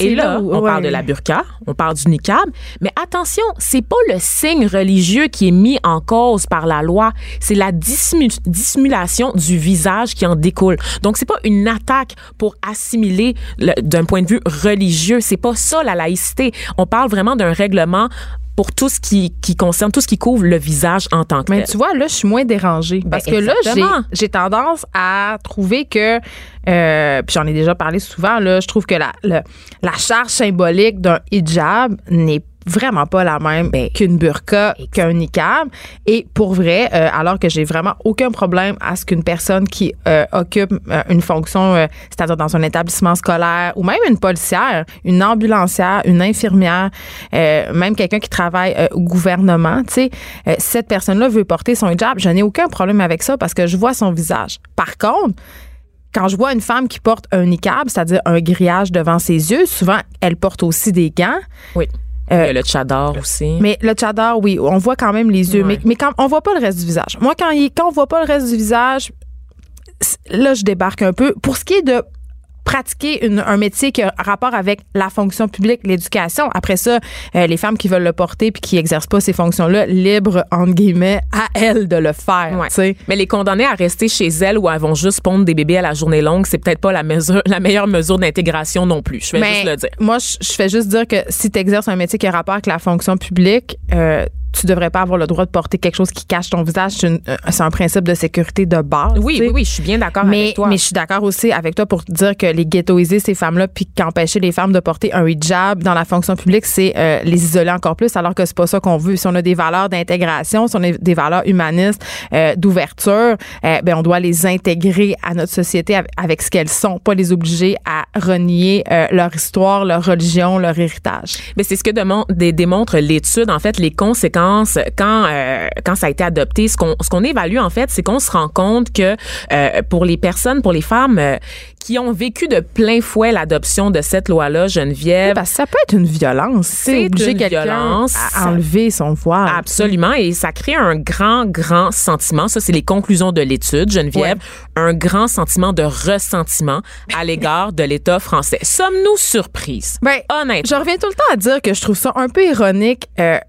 on parle de la burqa, on parle du niqab, mais attention, c'est pas le signe religieux qui est mis en cause par la loi, c'est la dissimulation du visage qui en découle. Donc c'est pas une attaque pour assimiler d'un point de vue religieux, c'est pas ça la laïcité. On parle vraiment d'un règlement pour tout ce qui concerne, tout ce qui couvre le visage en tant que tel. Mais tu vois, là, je suis moins dérangée. Parce que là, j'ai tendance à trouver que, puis j'en ai déjà parlé souvent, là, je trouve que la charge symbolique d'un hijab n'est vraiment pas la même qu'une burqa, qu'un niqab. Et pour vrai, alors que j'ai vraiment aucun problème à ce qu'une personne qui occupe une fonction, c'est-à-dire dans un établissement scolaire ou même une policière, une ambulancière, une infirmière, même quelqu'un qui travaille au gouvernement, tu sais, cette personne-là veut porter son hijab, je n'ai aucun problème avec ça parce que je vois son visage. Par contre, quand je vois une femme qui porte un niqab, c'est-à-dire un grillage devant ses yeux, souvent, elle porte aussi des gants. Oui. Il y a le tchadar aussi. Mais le tchadar, oui, on voit quand même les yeux. Ouais. Mais quand on voit pas le reste du visage. Moi, quand on voit pas le reste du visage, là, je débarque un peu. Pour ce qui est de pratiquer un métier qui a rapport avec la fonction publique, l'éducation. Après ça, les femmes qui veulent le porter puis qui exercent pas ces fonctions-là, libre, entre guillemets, à elles de le faire. Ouais. T'sais. Mais les condamner à rester chez elles ou elles vont juste pondre des bébés à la journée longue, c'est peut-être pas la meilleure mesure d'intégration non plus. Je vais juste le dire. Moi, je fais juste dire que si tu exerces un métier qui a rapport avec la fonction publique, tu devrais pas avoir le droit de porter quelque chose qui cache ton visage. C'est un principe de sécurité de base. Oui, oui, je suis bien d'accord avec toi. Mais je suis d'accord aussi avec toi pour dire que les ghettoiser ces femmes-là puis qu'empêcher les femmes de porter un hijab dans la fonction publique, c'est les isoler encore plus, alors que c'est pas ça qu'on veut. Si on a des valeurs d'intégration, si on a des valeurs humanistes, d'ouverture, on doit les intégrer à notre société avec ce qu'elles sont, pas les obliger à renier leur histoire, leur religion, leur héritage. Mais c'est ce que démontre l'étude, en fait, les conséquences quand ça a été adopté. Ce qu'on évalue, en fait, c'est qu'on se rend compte que pour les femmes qui ont vécu de plein fouet l'adoption de cette loi-là, Geneviève. Oui, parce que ça peut être une violence. C'est obliger quelqu'un à enlever son voile. Absolument. Et ça crée un grand, grand sentiment. Ça, c'est les conclusions de l'étude, Geneviève. Ouais. Un grand sentiment de ressentiment à l'égard de l'État français. Sommes-nous surprises? Honnêtement. Je reviens tout le temps à dire que je trouve ça un peu ironique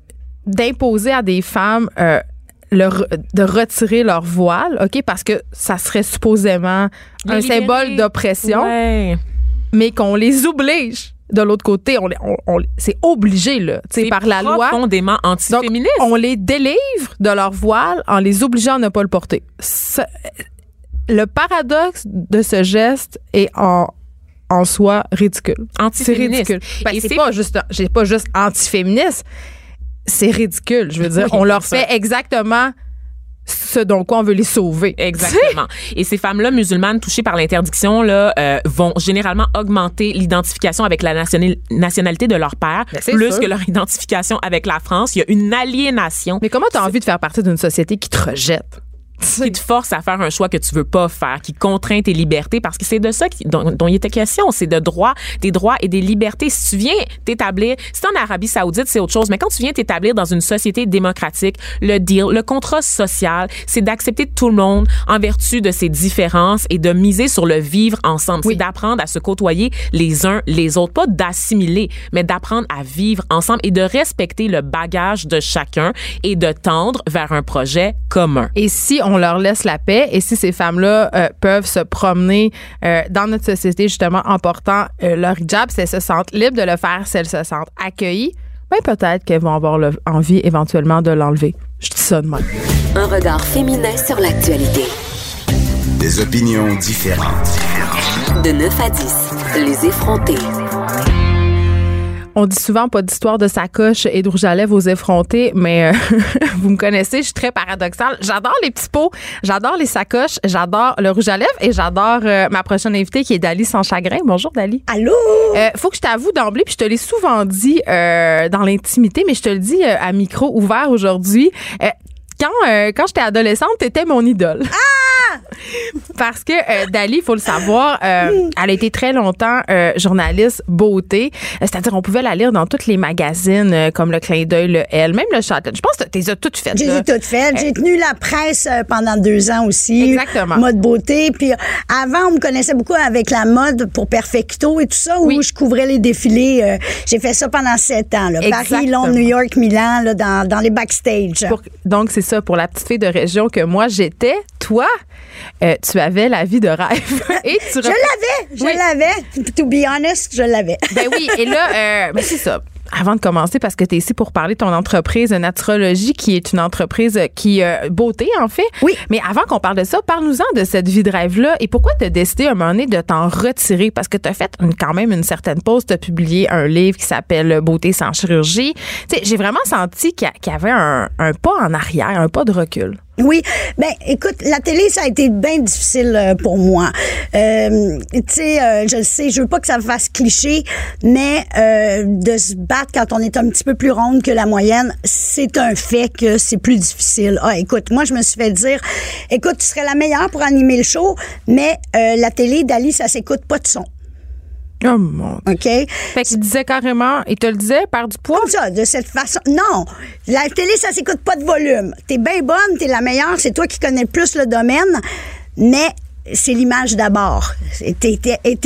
d'imposer à des femmes de retirer leur voile, OK, parce que ça serait supposément un symbole d'oppression, mais qu'on les oblige. De l'autre côté, c'est obligé, là, par la loi. C'est profondément antiféministe. Donc, on les délivre de leur voile en les obligeant à ne pas le porter. Le paradoxe de ce geste est en soi ridicule. Antiféministe. C'est ridicule. C'est pas juste antiféministe, c'est ridicule. Je veux dire, on leur fait exactement ce dont quoi on veut les sauver. Exactement. Et ces femmes-là musulmanes touchées par l'interdiction là vont généralement augmenter l'identification avec la nationalité de leur père plus que leur identification avec la France. Il y a une aliénation. Mais comment tu as envie de faire partie d'une société qui te rejette? Qui te force à faire un choix que tu veux pas faire, qui contraint tes libertés, parce que c'est de ça dont il était question, c'est des droits et des libertés. Si tu viens t'établir, si t'es en Arabie Saoudite, c'est autre chose, mais quand tu viens t'établir dans une société démocratique, le contrat social, c'est d'accepter tout le monde en vertu de ses différences et de miser sur le vivre ensemble. Oui. C'est d'apprendre à se côtoyer les uns les autres, pas d'assimiler, mais d'apprendre à vivre ensemble et de respecter le bagage de chacun et de tendre vers un projet commun. Et si on leur laisse la paix et si ces femmes-là peuvent se promener dans notre société justement en portant leur hijab, si elles se sentent libres de le faire, si elles se sentent accueillies, ben peut-être qu'elles vont avoir envie éventuellement de l'enlever. Je dis ça de même. Un regard féminin sur l'actualité. Des opinions différentes. De 9 à 10, les effrontés. On dit souvent pas d'histoire de sacoche et de rouge à lèvres aux effrontés, mais vous me connaissez, je suis très paradoxale. J'adore les petits pots, j'adore les sacoches, j'adore le rouge à lèvres et j'adore ma prochaine invitée qui est Dali Sans Chagrin. Bonjour Dali. Allô? Faut que je t'avoue d'emblée, puis je te l'ai souvent dit dans l'intimité, mais je te le dis à micro ouvert aujourd'hui. Quand j'étais adolescente, t'étais mon idole. Ah! Parce que Dali, il faut le savoir, elle a été très longtemps journaliste beauté. C'est-à-dire, on pouvait la lire dans tous les magazines comme Le Clin d'œil, le Elle, même le Château. Je pense que tu les as toutes faites. J'ai toutes faites. J'ai tenu la presse pendant 2 ans aussi. Exactement. Mode beauté. Puis avant, on me connaissait beaucoup avec la mode pour Perfecto et tout ça, où je couvrais les défilés. J'ai fait ça pendant 7 ans. Là. Paris, Londres, New York, Milan, là, dans les backstage. Donc, c'est ça, pour la petite fille de région que moi j'étais, toi, tu avais la vie de rêve. Et tu je l'avais. To be honest, je l'avais. Ben oui, et là, ben c'est ça. Avant de commencer, parce que tu es ici pour parler de ton entreprise Naturologie, qui est une entreprise qui beauté, en fait. Oui. Mais avant qu'on parle de ça, parle-nous-en de cette vie de rêve-là et pourquoi tu as décidé à un moment donné de t'en retirer? Parce que tu as fait quand même une certaine pause. Tu as publié un livre qui s'appelle Beauté sans chirurgie. Tu sais, j'ai vraiment senti qu'il y avait un pas en arrière, un pas de recul. Oui, ben écoute, la télé ça a été bien difficile pour moi. Tu sais, je le sais, je veux pas que ça me fasse cliché, mais de se battre quand on est un petit peu plus ronde que la moyenne, c'est un fait que c'est plus difficile. Ah, écoute, moi je me suis fait dire, écoute, tu serais la meilleure pour animer le show, mais la télé, Dali, ça s'écoute pas de son. Oh mon Dieu. OK? Fait qu'il disait carrément, il te le disait, perd du poids? Comme ça, de cette façon. Non, la télé, ça s'écoute pas de volume. T'es bien bonne, t'es la meilleure, c'est toi qui connais le plus le domaine, mais c'est l'image d'abord. Était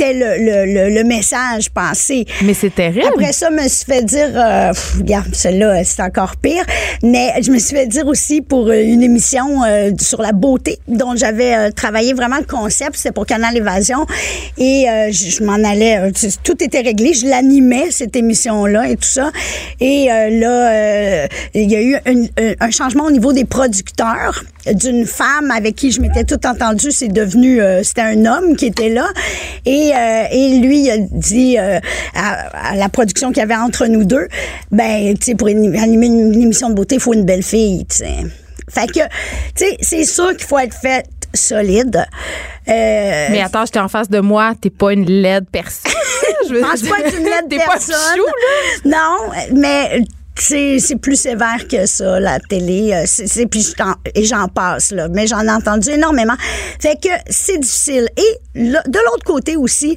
le message pensé. Mais c'est terrible. Après ça, je me suis fait dire, regarde, celle-là, c'est encore pire. Mais je me suis fait dire aussi pour une émission sur la beauté, dont j'avais travaillé vraiment le concept, c'était pour Canal Évasion. Et je m'en allais, tout était réglé. Je l'animais, cette émission-là et tout ça. Et là, il y a eu un changement au niveau des producteurs. D'une femme avec qui je m'étais tout entendue, c'est devenu c'était un homme qui était là et lui il a dit à la production qu'il y avait entre nous deux, ben tu sais pour animer une émission de beauté il faut une belle fille, tu sais. Fait que tu sais c'est sûr qu'il faut être fait solide. Mais attends, j'étais en face de moi, t'es pas une laide personne. Je pense pas être une laide personne. Pas chou, là. Non, mais c'est plus sévère que ça, la télé. Puis j'en passe, là. Mais j'en ai entendu énormément. Fait que c'est difficile. Et là, de l'autre côté aussi,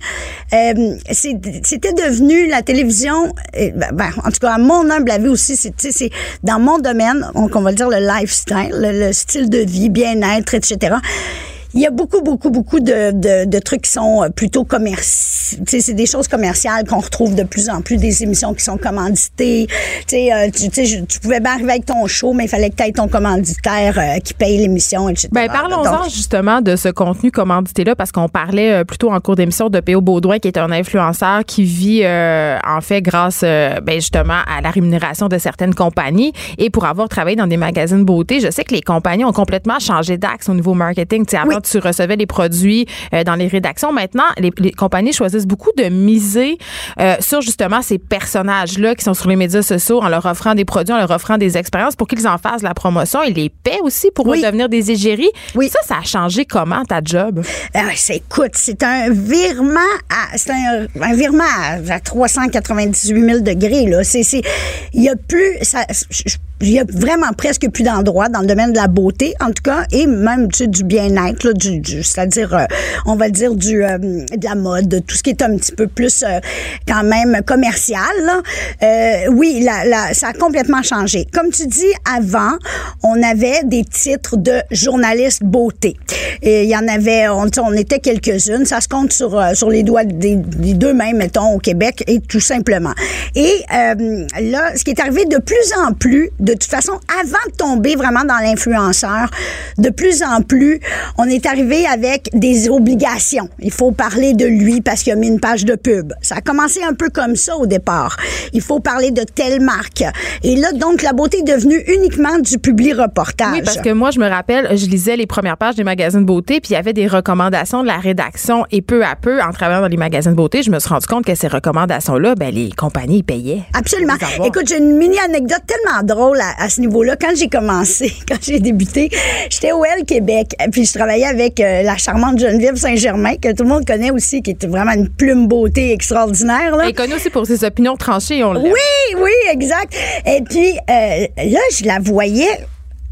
c'était devenu la télévision, en tout cas, à mon humble avis aussi, c'est dans mon domaine, on va dire le lifestyle, le style de vie, bien-être, etc. Il y a beaucoup de trucs qui sont plutôt commerciaux. Tu sais, c'est des choses commerciales qu'on retrouve de plus en plus, des émissions qui sont commanditées. Tu pouvais bien arriver avec ton show, mais il fallait que tu aies ton commanditaire qui paye l'émission, etc. Ben, parlons-en justement de ce contenu commandité-là, parce qu'on parlait plutôt en cours d'émission de P.O. Baudouin, qui est un influenceur qui vit en fait grâce justement à la rémunération de certaines compagnies. Et pour avoir travaillé dans des magazines beauté, je sais que les compagnies ont complètement changé d'axe au niveau marketing. T'sais, avant, tu recevais les produits dans les rédactions. Maintenant, les compagnies choisissent beaucoup de miser sur justement ces personnages-là qui sont sur les médias sociaux en leur offrant des produits, en leur offrant des expériences pour qu'ils en fassent la promotion. Ils les paient aussi pour devenir des égéries. Oui. Ça a changé comment ta job? Écoute, c'est un virement à 398 000 degrés. Là. Il y a plus... Il y a vraiment presque plus d'endroits dans le domaine de la beauté, en tout cas, et même du bien-être, là, c'est-à-dire, on va dire, de la mode, de tout ce qui est un petit peu plus quand même commercial. Là. Oui, ça a complètement changé. Comme tu dis, avant, on avait des titres de journalistes beauté. Et il y en avait, on était quelques-unes. Ça se compte sur les doigts des deux mains, mettons, au Québec, et tout simplement. Et là, ce qui est arrivé de plus en plus, de toute façon, avant de tomber vraiment dans l'influenceur, de plus en plus, on est arrivé avec des obligations. Il faut parler de lui parce qu'il a mis une page de pub. Ça a commencé un peu comme ça au départ. Il faut parler de telle marque. Et là, donc, la beauté est devenue uniquement du publi-reportage. Oui, parce que moi, je me rappelle, je lisais les premières pages des magazines beauté, puis il y avait des recommandations de la rédaction. Et peu à peu, en travaillant dans les magazines beauté, je me suis rendu compte que ces recommandations-là, les compagnies payaient. Absolument. Écoute, j'ai une mini-anecdote tellement drôle à ce niveau-là. Quand j'ai débuté, j'étais au L Québec, puis je travaillais avec la charmante Geneviève Saint-Germain, que tout le monde connaît aussi, qui était vraiment une plume beauté extraordinaire. Là. Elle est connue aussi pour ses opinions tranchées, on l'aime. Oui, exact. Et puis, là, je la voyais,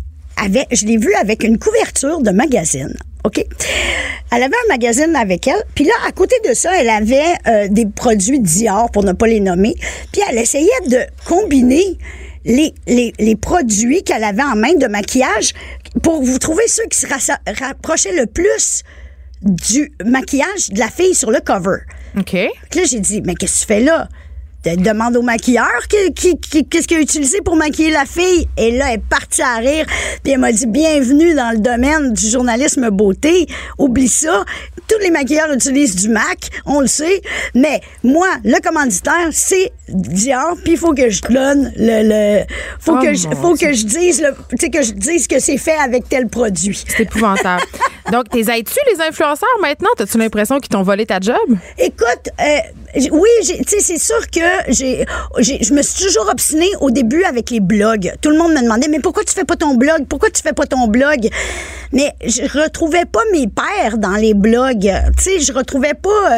je l'ai vue avec une couverture de magazine. OK. Elle avait un magazine avec elle. Puis là, à côté de ça, elle avait des produits Dior, pour ne pas les nommer. Puis elle essayait de combiner les produits qu'elle avait en main de maquillage pour vous trouver ceux qui se rapprochaient le plus du maquillage de la fille sur le cover. OK. Là, j'ai dit, mais qu'est-ce que tu fais là? Demande au maquilleur qu'est-ce qu'il a utilisé pour maquiller la fille. Et là, elle est partie à rire. Puis elle m'a dit, bienvenue dans le domaine du journalisme beauté. Oublie ça. Tous les maquilleurs utilisent du MAC, on le sait. Mais moi, le commanditaire, c'est Dior. Puis il faut que je donne faut que je dise que c'est fait avec tel produit. C'est épouvantable. Donc, t'es aides-tu les influenceurs maintenant? T'as-tu l'impression qu'ils t'ont volé ta job? Écoute, oui, c'est sûr que je me suis toujours obstinée au début avec les blogs. Tout le monde me demandait, mais pourquoi tu fais pas ton blog? Pourquoi tu fais pas ton blog? Mais je retrouvais pas mes pairs dans les blogs. Tu sais, je retrouvais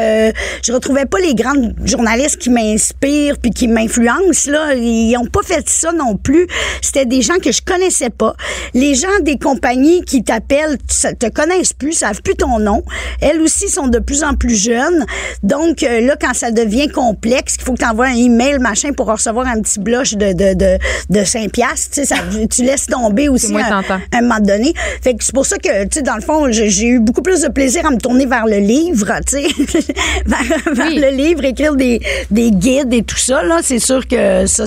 pas les grandes journalistes qui m'inspirent puis qui m'influencent, là. Ils ont pas fait ça non plus. C'était des gens que je connaissais pas. Les gens des compagnies qui t'appellent te connaissent plus, savent plus ton nom. Elles aussi sont de plus en plus jeunes. Donc, là, quand ça devient complexe, qu'il faut que tu envoies un email, machin, pour recevoir un petit blush de 5 piastres, tu sais, tu laisses tomber aussi un moment donné. Fait que c'est pour ça que, tu sais, dans le fond, j'ai eu beaucoup plus de plaisir à me tourner vers le livre, tu sais, vers le livre, écrire des guides et tout ça, là. C'est sûr que ça,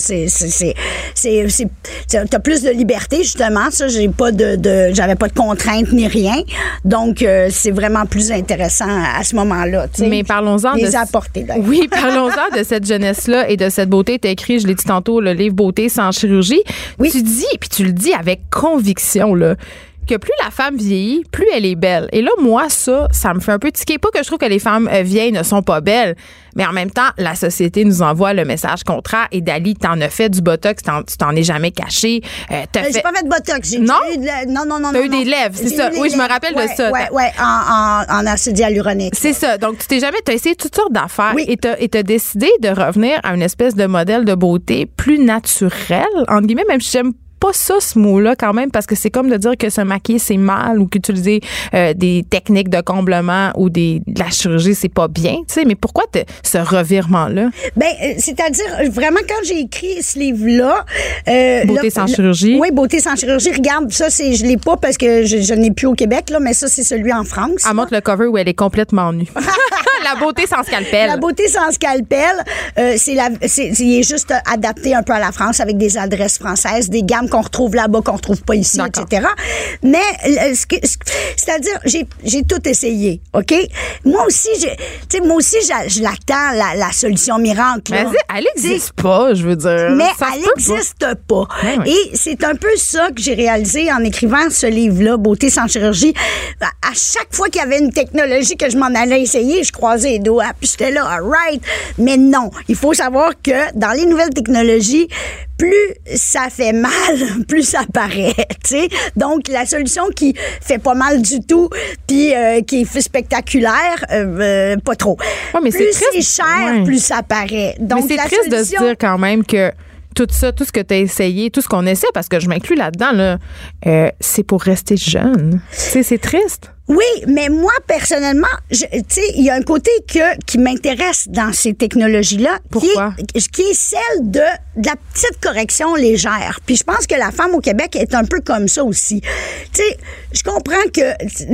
t'as plus de liberté, justement. Ça, j'avais pas de contraintes ni rien. Donc, c'est vraiment plus intéressant à ce moment-là, tu sais. Mais parlons-en apporter, d'ailleurs. Oui, parlons-en de cette jeunesse-là et de cette beauté. Tu as écrit, je l'ai dit tantôt, le livre Beauté sans chirurgie. Oui. Tu dis, puis tu le dis avec conviction, là, que plus la femme vieillit, plus elle est belle. Et là, moi, ça me fait un peu tiquer. Pas que je trouve que les femmes vieilles ne sont pas belles, mais en même temps, la société nous envoie le message contraire. Et Dali, t'en as fait du botox, tu t'en es jamais caché. J'ai pas fait de botox. Non? Non. T'as eu des lèvres, c'est ça. Oui, je me rappelle de ça. Oui, en acide hyaluronique. C'est ça. Donc, t'as essayé toutes sortes d'affaires. Oui. Et t'as décidé de revenir à une espèce de modèle de beauté plus naturel, entre guillemets, même si j'aime pas ça, ce mot-là, quand même, parce que c'est comme de dire que se maquiller, c'est mal ou qu'utiliser des techniques de comblement ou de la chirurgie, c'est pas bien, tu sais. Mais pourquoi ce revirement-là? Ben, c'est-à-dire, vraiment, quand j'ai écrit ce livre-là... Beauté sans chirurgie. Oui, Beauté sans chirurgie. Regarde, ça, je l'ai pas parce que je n'ai plus au Québec, là, mais ça, c'est celui en France. Elle montre le cover où elle est complètement nue. La beauté sans scalpel. La beauté sans scalpel, il est juste adapté un peu à la France avec des adresses françaises, des gammes qu'on retrouve là-bas, qu'on retrouve pas ici, etc. Mais, c'est-à-dire, j'ai tout essayé, OK? Moi aussi, je l'attends, la solution miracle. Mais elle n'existe pas, je veux dire. Mais elle n'existe pas. Ouais. Et c'est un peu ça que j'ai réalisé en écrivant ce livre-là, Beauté sans chirurgie. À chaque fois qu'il y avait une technologie que je m'en allais essayer, je croisais les doigts, puis j'étais là, all right. Mais non, il faut savoir que dans les nouvelles technologies, plus ça fait mal, plus ça paraît, tu sais. Donc, la solution qui fait pas mal du tout, puis qui est spectaculaire, pas trop. Ouais, mais plus c'est cher, plus ça paraît. Donc, mais c'est triste de se dire quand même que tout ça, tout ce que tu as essayé, tout ce qu'on essaie, parce que je m'inclus là-dedans, là, c'est pour rester jeune. Tu sais, c'est triste. Oui, mais moi, personnellement, tu sais, il y a un côté qui m'intéresse dans ces technologies-là. Pourquoi? Qui est celle de la petite correction légère. Puis je pense que la femme au Québec est un peu comme ça aussi. Tu sais, je comprends que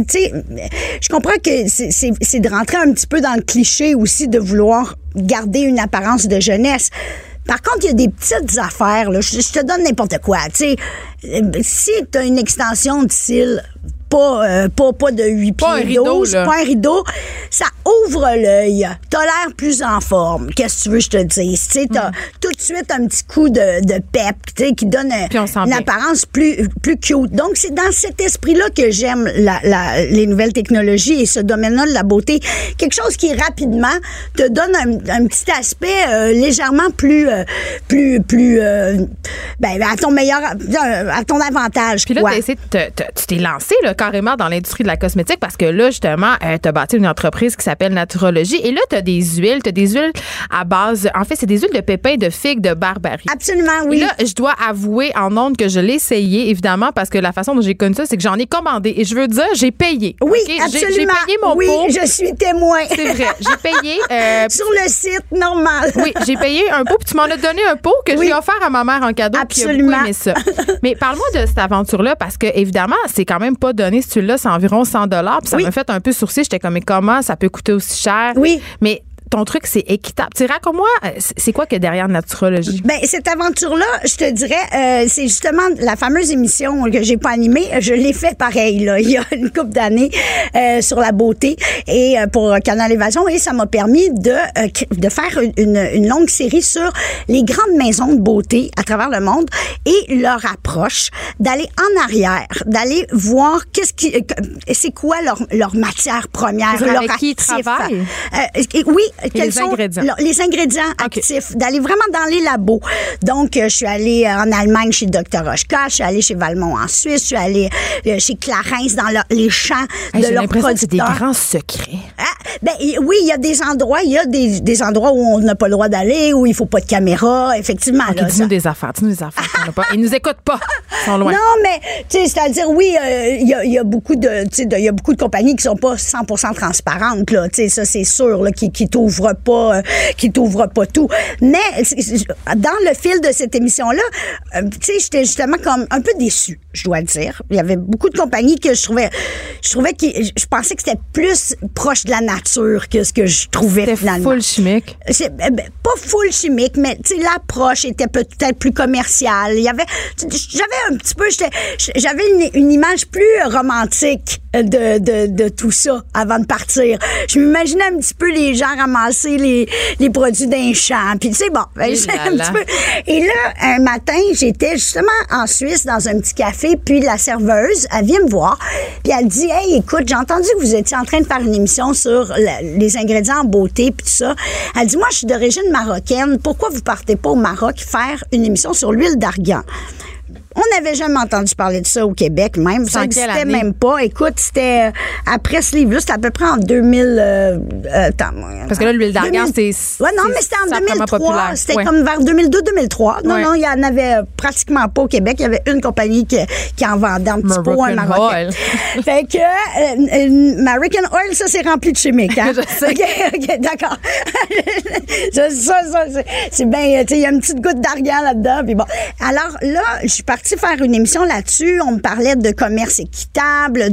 c'est de rentrer un petit peu dans le cliché aussi de vouloir garder une apparence de jeunesse. Par contre, il y a des petites affaires, là. Je te donne n'importe quoi. Tu sais, si tu as une extension de cils, pas de 8 pieds 12, pas un rideau, ça ouvre l'œil. T'as l'air plus en forme. Qu'est-ce que tu veux que je te dise? Tu sais, t'as tout de suite un petit coup de pep, tu sais, qui donne une apparence plus cute. Donc, c'est dans cet esprit-là que j'aime les nouvelles technologies et ce domaine-là de la beauté. Quelque chose qui, rapidement, te donne un petit aspect légèrement plus à ton meilleur, à ton avantage. Puis là, tu t'es lancé, là, carrément dans l'industrie de la cosmétique parce que là, justement, tu as bâti une entreprise qui s'appelle Naturologie. Et là, tu as des huiles à base... En fait, c'est des huiles de pépins de figues de Barbarie. Absolument, oui. Et là, je dois avouer en ondes que je l'ai essayé, évidemment, parce que la façon dont j'ai connu ça, c'est que j'en ai commandé. Et je veux dire, j'ai payé. Oui, okay? absolument. J'ai payé mon pot. Oui, je suis témoin. C'est vrai. J'ai payé... sur le site normal. Oui, j'ai payé un pot. Puis tu m'en as donné un pot que j'ai offert à ma mère en cadeau. Absolument. Qui a beaucoup aimé ça. Mais parle-moi de cette aventure-là, parce que, évidemment, c'est quand même pas donné, cette huile-là, c'est environ 100 $. Puis ça m'a fait un peu sourciller. J'étais comme, mais comment ça peut coûter aussi cher? Oui. Mais ton truc, c'est équitable. Tu raconte-moi, c'est quoi que derrière Naturologie? Ben, cette aventure-là, je te dirais, c'est justement la fameuse émission que j'ai pas animée. Je l'ai fait pareil, là, il y a une couple d'années, sur la beauté et pour Canal Évasion, et ça m'a permis de faire une longue série sur les grandes maisons de beauté à travers le monde et leur approche, d'aller en arrière, d'aller voir c'est quoi leur matière première, leur avec qui ils travaillent? Oui. Les ingrédients. Les ingrédients actifs, d'aller vraiment dans les labos. Donc, je suis allée en Allemagne chez Dr. Rochka, je suis allée chez Valmont en Suisse, je suis allée chez Clarins dans les champs de leurs producteurs. C'est des grands secrets. Oui, il y a des endroits où on n'a pas le droit d'aller, où il faut pas de caméra, effectivement. Okay, dis-nous des affaires qu'on n'a pas. Ils nous écoutent pas. Ils sont loin. Non, mais, tu sais, c'est-à-dire, oui, il y a beaucoup de compagnies qui sont pas 100% transparentes, là. Tu sais, ça, c'est sûr, là, qui t'ouvrent pas tout. Mais dans le fil de cette émission-là, tu sais, j'étais justement comme un peu déçue, je dois le dire. Il y avait beaucoup de compagnies que je pensais que c'était plus proche de la nature que ce que je trouvais finalement. C'était full chimique. Pas full chimique, mais tu sais, l'approche était peut-être plus commerciale. J'avais une image plus romantique de tout ça avant de partir. Je m'imaginais un petit peu les gens ramasser les produits d'un champ. Puis tu sais, bon, un petit peu. Et là, un matin, j'étais justement en Suisse dans un petit café, puis la serveuse, elle vient me voir, puis elle dit, hey, écoute, j'ai entendu que vous étiez en train de faire une émission sur les ingrédients en beauté, puis tout ça. Elle dit, moi, je suis d'origine marocaine. Pourquoi vous partez pas au Maroc faire une émission sur l'huile d'argan? On n'avait jamais entendu parler de ça au Québec, même. Ça n'existait même pas. Écoute, c'était après ce livre-là, c'était à peu près en 2000. Parce que là, l'huile d'argan, c'est. Ouais, non, mais c'était en 2003. C'était comme vers 2002-2003. Non, non, il n'y en avait pratiquement pas au Québec. Il y avait une compagnie qui en vendait un petit peu, un Marocain. Fait que American Oil, ça, c'est rempli de chimiques. Hein? Je sais. OK, d'accord. C'est bien, il y a une petite goutte d'argan là-dedans. Puis bon. Alors là, je suis partie faire une émission là-dessus. On me parlait de commerce équitable,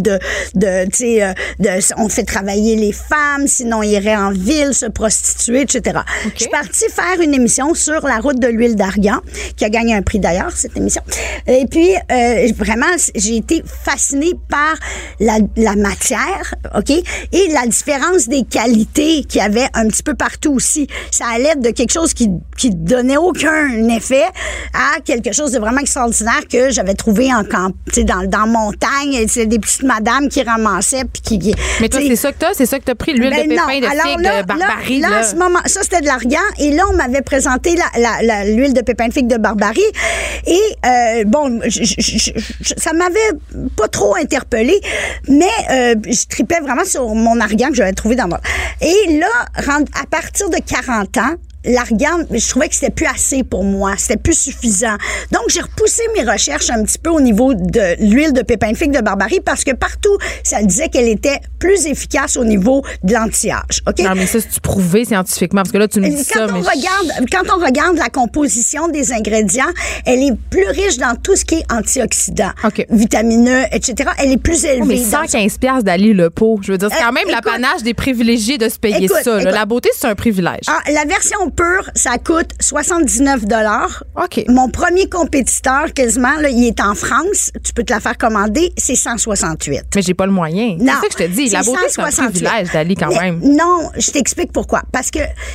on fait travailler les femmes, sinon ils iraient en ville se prostituer, etc. Okay. Je suis partie faire une émission sur la route de l'huile d'argan, qui a gagné un prix d'ailleurs, cette émission. Et puis, vraiment, j'ai été fascinée par la matière, OK? Et la différence des qualités qu'il y avait un petit peu partout aussi. Ça allait de quelque chose qui donnait aucun effet à quelque chose de vraiment extraordinaire que j'avais trouvé en camp, dans montagne. C'est des petites madames qui ramassaient puis qui. Mais toi, c'est ça que t'as pris, l'huile de pépin de figue de Barbarie. Là, à ce moment, ça c'était de l'argan, et là on m'avait présenté l'huile de pépin de figue de Barbarie, et bon, ça m'avait pas trop interpellée, mais je tripais vraiment sur mon argan que j'avais trouvé dans moi. Et là, à partir de 40 ans, l'argan, je trouvais que c'était plus assez pour moi, c'était plus suffisant. Donc, j'ai repoussé mes recherches un petit peu au niveau de l'huile de pépin de figue de Barbarie, parce que partout, ça disait qu'elle était plus efficace au niveau de l'anti-âge. OK? Non, mais ça, c'est prouvé scientifiquement, parce que là, tu me dis ça. Quand on regarde la composition des ingrédients, elle est plus riche dans tout ce qui est antioxydants, vitamineux, etc. Elle est plus élevée. Mais 115$ d'aller le pot. Je veux dire, c'est quand même l'apanage des privilégiés de se payer ça. La beauté, c'est un privilège. La version pure, ça coûte 79 $. OK. Mon premier compétiteur, quasiment, là, il est en France. Tu peux te la faire commander, c'est 168. Mais j'ai pas le moyen. C'est ça que je te dis. La beauté, c'est un privilège d'aller quand même. Non, je t'explique pourquoi. Parce que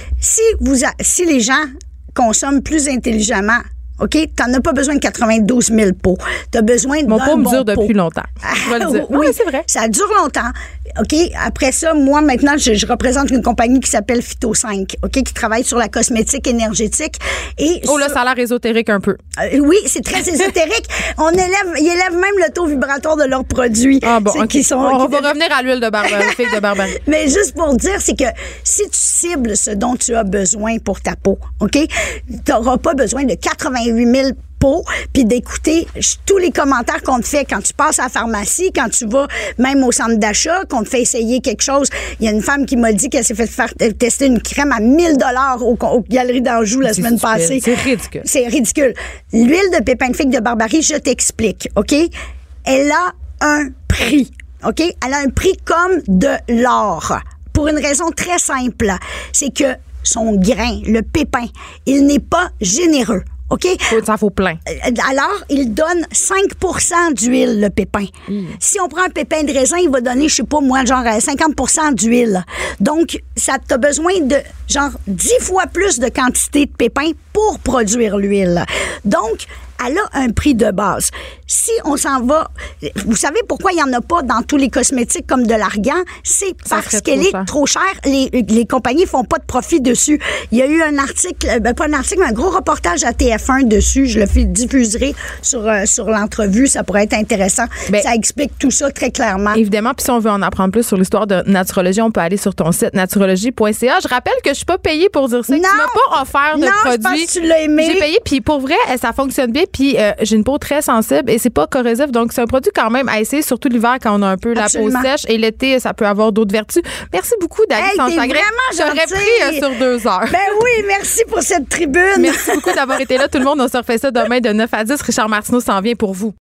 si les gens consomment plus intelligemment, OK? T'en as pas besoin de 92 000 pots. T'as besoin de. Mon pot me dure depuis longtemps. Je vais le dire. Oui, c'est vrai. Ça dure longtemps. OK? Après ça, moi, maintenant, je représente une compagnie qui s'appelle Phyto 5, OK? Qui travaille sur la cosmétique énergétique. Et là, ça a l'air ésotérique un peu. Oui, c'est très ésotérique. Ils élèvent même le taux vibratoire de leurs produits. Ah bon, okay. On va revenir à l'huile de figue de Barbarie. Mais juste pour dire, c'est que si tu cibles ce dont tu as besoin pour ta peau, OK? T'auras pas besoin de 88 000 pots, puis d'écouter tous les commentaires qu'on te fait quand tu passes à la pharmacie, quand tu vas même au centre d'achat, qu'on te fait essayer quelque chose. Il y a une femme qui m'a dit qu'elle s'est fait faire tester une crème à 1 000 $ aux Galeries d'Anjou la semaine passée. C'est ridicule. C'est ridicule. L'huile de pépin de figue de Barbarie, je t'explique, OK? Elle a un prix, OK? Elle a un prix comme de l'or. Pour une raison très simple. C'est que son grain, le pépin, il n'est pas généreux. OK? Ça faut plein. Alors, il donne 5% d'huile, le pépin. Si on prend un pépin de raisin, il va donner, je sais pas moi, genre 50% d'huile. Donc, ça t'as besoin de genre 10 fois plus de quantité de pépin pour produire l'huile. Donc, elle a un prix de base. Si on s'en va, vous savez pourquoi il n'y en a pas dans tous les cosmétiques comme de l'argan? C'est parce qu'elle est trop chère. Les compagnies font pas de profit dessus. Il y a eu un article, pas un article, mais un gros reportage à TF1 dessus. Je le diffuserai sur l'entrevue. Ça pourrait être intéressant. Ça explique tout ça très clairement. Évidemment, puis si on veut en apprendre plus sur l'histoire de Naturologie, on peut aller sur ton site naturologie.ca. Je rappelle que je suis pas payée pour dire ça. Non! Tu m'as pas offert de produit. Je pense que tu l'as aimé. J'ai payé, puis pour vrai, ça fonctionne bien. Puis j'ai une peau très sensible et c'est pas corrosif, donc c'est un produit quand même à essayer, surtout l'hiver quand on a un peu la peau sèche, et l'été ça peut avoir d'autres vertus. Merci beaucoup d'Alice Sansagré. J'aurais pris sur 2 heures. Ben oui, merci pour cette tribune. Merci beaucoup d'avoir été là tout le monde. On se refait ça demain de 9 à 10. Richard Martineau s'en vient pour vous.